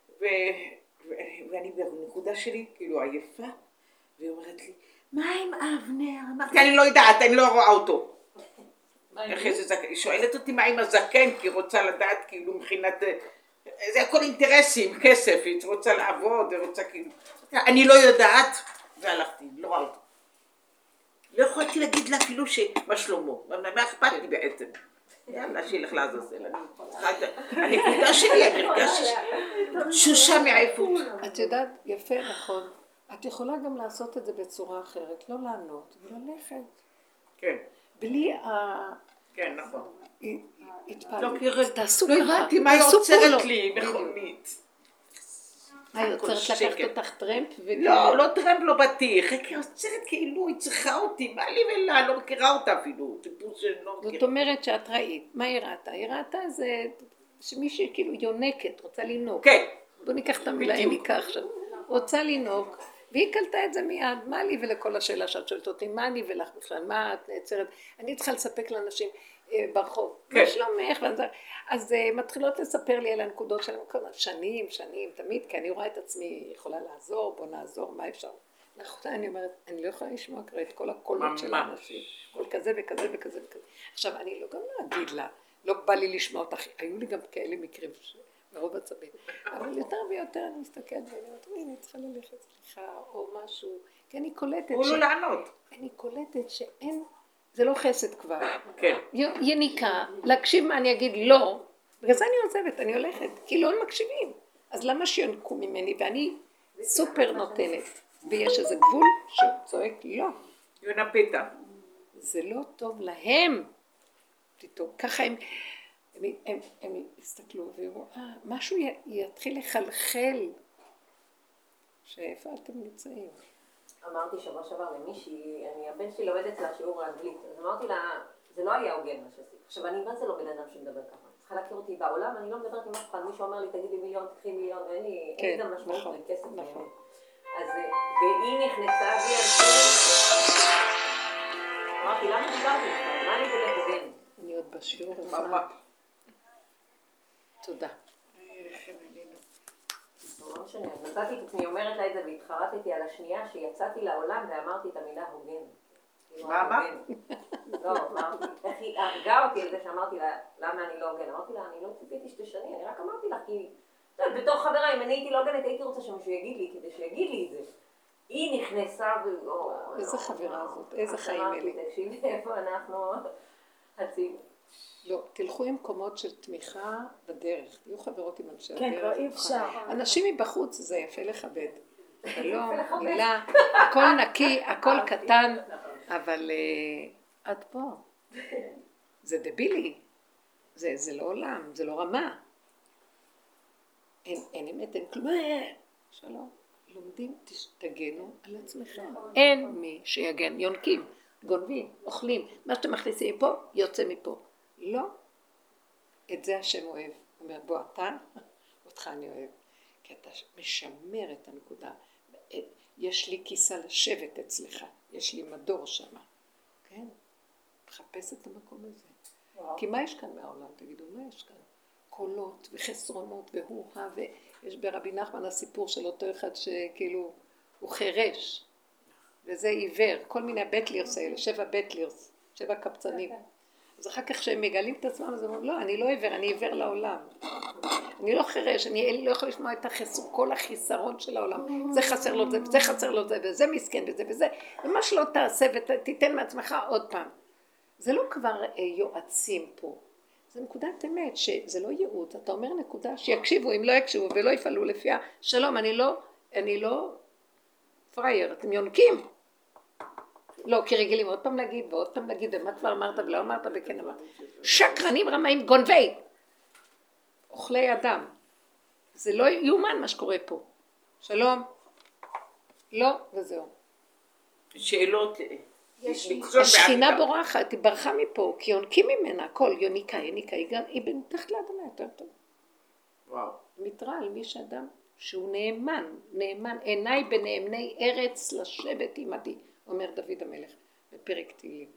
C: ואני בנקודה שלי, כאילו עייפה, והיא אומרת לי, מה עם אבנר? אמרתי, אני לא יודעת, אני לא רואה אותו. היא שואלת אותי מה עם הזקן, כי היא רוצה לדעת כאילו מבחינת, זה הכל אינטרסים, כסף, היא רוצה לעבוד, היא רוצה כאילו, אני לא יודעת, והלכתי, לא רואה אותו. לא יכולתי להגיד לה אפילו שמה שלמה, מה אכפת לי בעצם? יאללה, שילך לעזאזל, הנקודה שלי, אני הרגשתי שושה מעייפות.
A: את יודעת, יפה, נכון. את יכולה גם לעשות את זה בצורה אחרת, לא לענות, וללכת.
C: כן.
A: בלי
C: כן, נכון.
A: התפעלות. תעשו
C: לא הבנתי מה היא עוצרת לי מכונית.
A: מה היא עוצרת לקחת אותך טרמפ?
C: לא, לא טרמפ, לא בטיח. היא עוצרת כאילו, היא צריכה אותי. מה לי ולה? לא מכירה אותה אפילו.
A: זאת אומרת שאת ראית. מה היא ראתה? היא ראתה זה שמישהי כאילו יונקת, רוצה לנהוג.
C: כן.
A: בוא ניקח את המילה איניקה עכשיו. רוצה לנהוג. והיא קלטה את זה מיד, מה לי ולכל השאלה שאת שואלת אותי, מה אני ולך בכלל, מה את נעצרת, אני צריכה לספק לאנשים ברחוב, מה שלומך, אז מתחילות לספר לי על הנקודות שלהם, שנים, תמיד, כי אני רואה את עצמי, יכולה לעזור, בוא נעזור, מה אפשר, נכון, אני אומרת, אני לא יכולה לשמוע כבר את כל הקולות של האנשים, כל כזה וכזה וכזה וכזה, עכשיו אני לא גם להגיד לה, לא בא לי לשמוע אותך, היו לי גם כאלה מקרים מרוב עצבים, אבל יותר ויותר אני מסתכלת ואני אומרת, אני צריכה ללכת סליחה או משהו, כי אני קולטת אני קולטת שאין, זה לא חסד כבר, יניקה, להקשיב מה אני אגיד לא, בגלל זה אני עוזבת, אני הולכת, כי לא מקשיבים, אז למה שיונקו ממני ואני סופר נותנת, ויש איזה גבול שצועק לא,
C: יונה פיתה,
A: זה לא טוב להם, ככה הם הסתכלו ויראו, משהו יתחיל לחלחל, שאיפה אתם נמצאים?
G: אמרתי שבוע שעבר למישהי, הבן שלי לומד אצלה שיעור אנגלית, אז אמרתי לה, זה לא היה הוגן מה שעשית. עכשיו אני, מה זה לא בן אדם שמדבר ככה? צריכה להכיר אותי בעולם, אני לא מדברת עם אף אחד, מישהו אומר לי, תגידי מיליון, תקחי מיליון, ואין לי גם משמעות לכסף. אז, והיא נכנסה בי על זה, אמרתי, למה דיברתי לך? מה אני בלב הוגן?
A: אני עוד בשיעור. תודה.
G: לא משנה, אז נתתי את עצמי אומרת לה את זה והתחרטתי על השנייה שיצאתי לעולם ואמרתי את המילה הוגן.
C: מה אמרת?
G: לא, אמרתי, איך היא הרגה אותי על זה שאמרתי לה, למה אני לא הוגן? אמרתי לה, אני לא ציפיתי שתשני, אני רק אמרתי לך, כי, בתור חברה, אם אני הייתי לא הוגנת, הייתי רוצה שמישהו יגיד לי, כדי שיגיד לי את זה. היא נכנסה
A: איזה חברה זאת, איזה חיים אלה.
G: תקשיבי, איפה אנחנו הציב.
A: לא, תלכו עם מקומות של תמיכה בדרך, תהיו חברות עם אנשי הדרך.
F: כן, כבר אי אפשר.
A: אנשים מבחוץ זה יפה לכבד. שלום, מילה, הכל נקי, הכל קטן, אבל עד פה. זה דבילי, זה לא עולם, זה לא רמה. אין אמת, אין כלום. שלום, לומדים, תגנו על עצמכם. אין מי שיגן, יונקים, גונבים, אוכלים. מה שאתם מכניסים מפה, יוצא מפה. לא, את זה השם אוהב. הוא אומר, בוא אתה, אותך אני אוהב. כי אתה משמר את הנקודה. יש לי כיסא לשבת אצלך, יש לי מדור שם. כן? מחפש את המקום הזה. כי מה יש כאן מהעולם? תגידו, מה יש כאן? קולות וחסרונות והוה, ויש ברבי נחמן הסיפור של אותו אחד שכאילו הוא חרש, וזה עיוור, כל מיני בטלירס האלה, 7 בטלירס, 7 קפצנים. אז אחר כך שהם מגלים את עצמם, אז הם אומרים, לא, אני לא עיוור, אני עיוור לעולם. אני לא חרש, אני לא יכול לשמוע את כל החיסרון של העולם. זה חסר לו זה, וזה חסר לו זה, וזה מסכן, וזה וזה. ומה שלא תעשה ותיתן מעצמך עוד פעם. זה לא כבר יועצים פה. זה נקודת אמת, שזה לא ייעוץ. אתה אומר נקודה שיקשיבו, אם לא יקשיבו ולא יפעלו לפיה. שלום, אני לא פרייר, אתם יונקים. לא, כי רגילים עוד פעם להגיד ועוד פעם להגיד, ומה כבר אמרת ולא אמרת וכן אמרת. שקרנים רמאים גונבי. אוכלי אדם. זה לא יומן מה שקורה פה. שלום. לא, וזהו.
C: שאלות.
A: השכינה בורחת, היא ברחה מפה, כי יונקים ממנה, הכל, יוניקה, היא מתחת לאדמה יותר טוב.
C: וואו.
A: מתראה על מי שאדם שהוא נאמן, עיניי בנאמני ארץ לשבת עמדי, אומר דוד המלך, בפרק תהילים.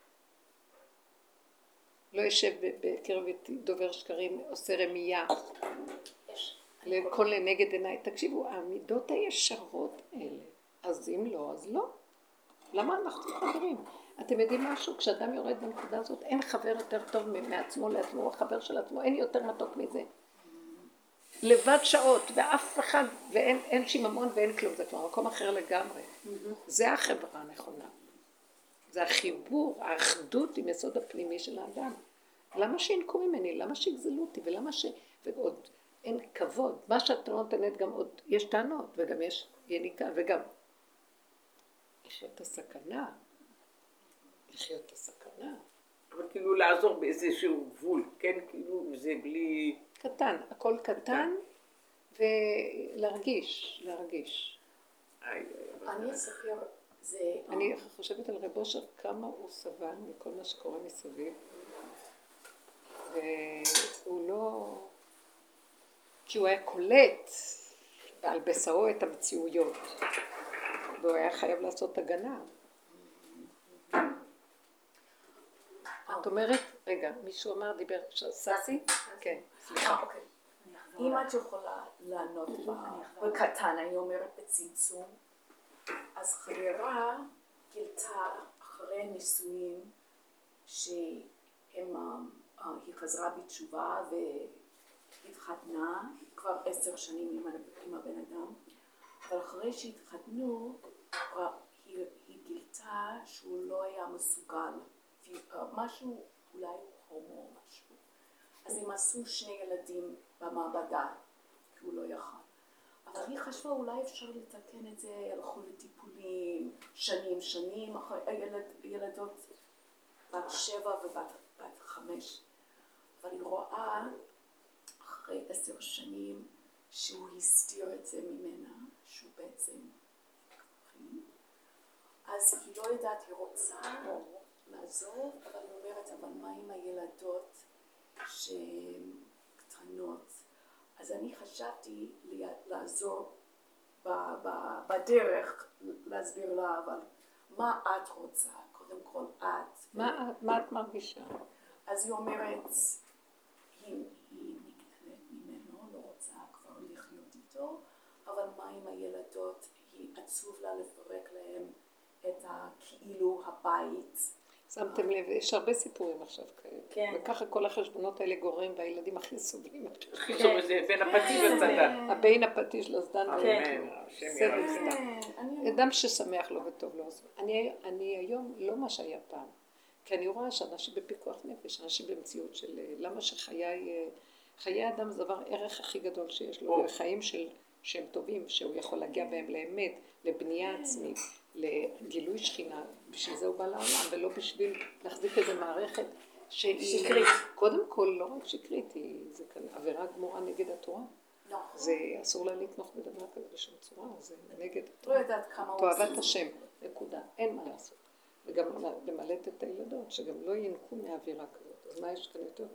A: לא יושב בקרב דובר שקרים, עושה רמייה, לכל לנגד עיניי. תקשיבו, העמידות הישרות האלה, אז אם לא, אז לא. למה אנחנו חברים? אתם יודעים משהו? כשאדם יורד בנקודה הזאת, אין חבר יותר טוב מעצמו לעצמו, הוא החבר של עצמו, אין יותר מתוק מזה. לבד שעות, ואף אחד, ואין שיממון ואין כלום, זה כבר מקום אחר לגמרי. זה החברה הנכונה. זה החיבור, האחדות עם יסוד הפנימי של האדם. למה שינקו ממני? למה שיגזלו אותי? ולמה ועוד אין כבוד. מה שאת לא נותנת גם עוד, יש טענות, וגם יש יניקה, וגם יש את הסכנה. לחיות את הסכנה.
C: אבל כאילו לעזור באיזשהו גבול, כן? כאילו זה בלי...
A: קטן, הכל קטן, ולהרגיש.
E: אני אספר,
A: אני חושבת על רב אושר כמה הוא סבל מכל מה שקורה מסביב, והוא לא... כי הוא היה קולט על בשרו את המציאויות, והוא היה חייב לעשות הגנה. את אומרת, רגע, מישהו אמר, דיבר, ססי? כן, סליחה.
E: אם את יכולה לענות בקטן, אני אומרת בצמצום, אז חברה גילתה אחרי נישואים שהיא חזרה בתשובה והתחתנה כבר 10 שנים עם הבן אדם, אבל אחרי שהתחתנו היא גילתה שהוא לא היה מסוגל, משהו, אולי הוא הומו או משהו. אז הם עשו 2 ילדים במעבדה, כי הוא לא יכל. אבל היא חשבה אולי אפשר לתקן את זה, הלכו לטיפולים, שנים, ילדות בת 7 ובת 5. אבל היא רואה אחרי 10 שנים שהוא הסתיר את זה ממנה, שהוא בעצם אז היא לא יודעת, היא רוצה לעזוב, אבל היא אומרת, אבל מה עם הילדות שהן קטנות? אז אני חשבתי לעזור בדרך, להסביר לה, אבל מה את רוצה? קודם כל את.
A: מה את מרגישה?
E: אז היא אומרת, היא נקטנת ממנו, לא רוצה כבר לחיות איתו, אבל מה עם הילדות? היא עצוב לה לפרק להם את כאילו הבית.
A: שמתם לב, יש הרבה סיפורים עכשיו כאלה.
G: כן.
A: וככה כל החשבונות האלה גוררים, והילדים הכי סובלים.
C: הכי טוב זה בין הפטיש לצדן.
A: הבין הפטיש לסדן.
C: אמן. השם יראה.
A: אדם ששמח לו וטוב לו. אני היום לא מה שהיה פעם. כי אני רואה שאנשים בפיקוח נפש, אנשים במציאות של למה חיי אדם זה דבר ערך הכי גדול שיש לו, חיים שהם טובים, שהוא יכול להגיע בהם לאמת, לבנייה עצמית, לגילוי שכינה, בשביל זה הוא בא לעולם, ולא בשביל להחזיק איזו מערכת שהיא
G: שקרית.
A: קודם כל לא רק שקרית, זה כאן עבירה גמורה נגד התורה. זה אסור לה לתמוך בדבר כזה בשום צורה, זה נגד
E: לא יודעת כמה הוא
A: תועבת השם, נקודה, אין מה לעשות. וגם למלט את הילדות, שגם לא ינקו מאווירה כזאת. אז מה יש כאן יותר?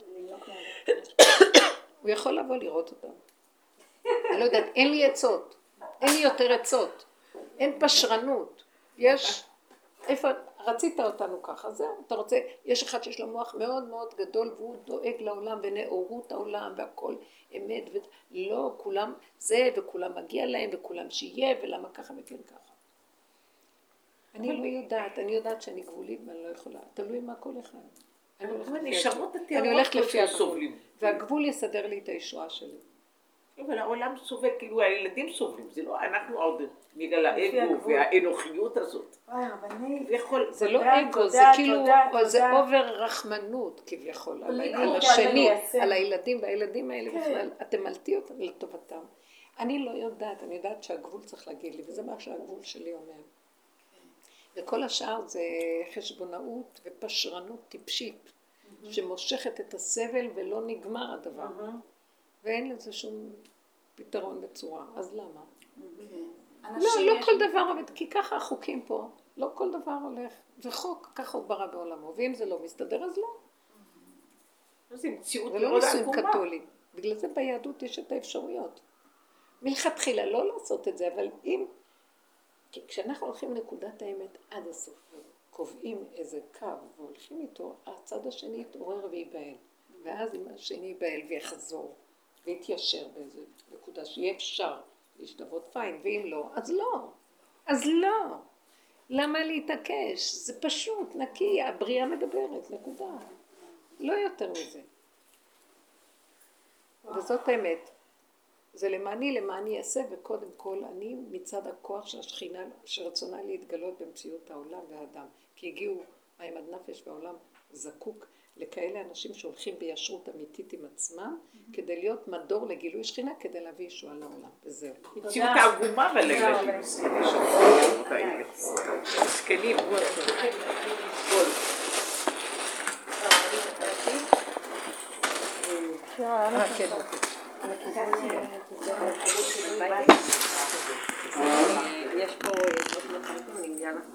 A: הוא יכול לבוא לראות אותם. אני לא יודעת, אין לי עצות, אין לי יותר עצות, אין פשרנות. יש, איפה, רצית אותנו ככה, זהו, אתה רוצה, יש אחד שיש לו מוח מאוד מאוד גדול, והוא דואג לעולם ונאורות העולם והכל אמת, ולא, כולם זה וכולם מגיע להם וכולם שיהיה ולמה ככה וכן ככה. אני לא יודעת, אני יודעת שאני גבולית ואני לא יכולה, תלוי מה כל אחד. אני הולכת לפי הגבול, והגבול יסדר לי את הישועה שלי.
C: אבל העולם סובל, כאילו הילדים סובלים, זה לא, אנחנו עוד בגלל האגו והאנוכיות הזאת.
A: זה לא אגו, זה כאילו, זה אובר רחמנות כביכול, על השני, על הילדים והילדים האלה בכלל, אתם מלטי אותם לטובתם. אני לא יודעת, אני יודעת שהגבול צריך להגיד לי, וזה מה שהגבול שלי אומר. וכל השאר זה חשבונאות ופשרנות טיפשית, שמושכת את הסבל ולא נגמר הדבר. ואין לזה שום פתרון בצורה, אז למה? לא כל דבר עובד, כי ככה החוקים פה, לא כל דבר הולך, זה חוק, ככה הוא ברא בעולמו, ואם זה לא מסתדר אז לא. זה לא נישואים קתולים, בגלל זה ביהדות יש את האפשרויות. מלכתחילה לא לעשות את זה, אבל אם, כי כשאנחנו הולכים לנקודת האמת עד הסוף, קובעים איזה קו והולכים איתו, הצד השני יתעורר וייבהל, ואז אם השני ייבהל ויחזור, להתיישר באיזו נקודה שיהיה אפשר להשתוות פיין, ואם לא, אז לא. אז לא. למה להתעקש? זה פשוט, נקי, הבריאה מדברת, נקודה. לא יותר מזה. וזאת האמת. זה למעני אעשה, וקודם כל אני מצד הכוח של השכינה, שרצונה להתגלות במציאות העולם והאדם. כי הגיעו מים עד נפש והעולם זקוק לכאלה אנשים שהולכים בישרות אמיתית עם עצמם, כדי להיות מדור לגילוי שכינה, כדי להביא ישועה לעולם. וזהו.
C: מציאות העגומה ולילדים. סקנים.
G: יש פה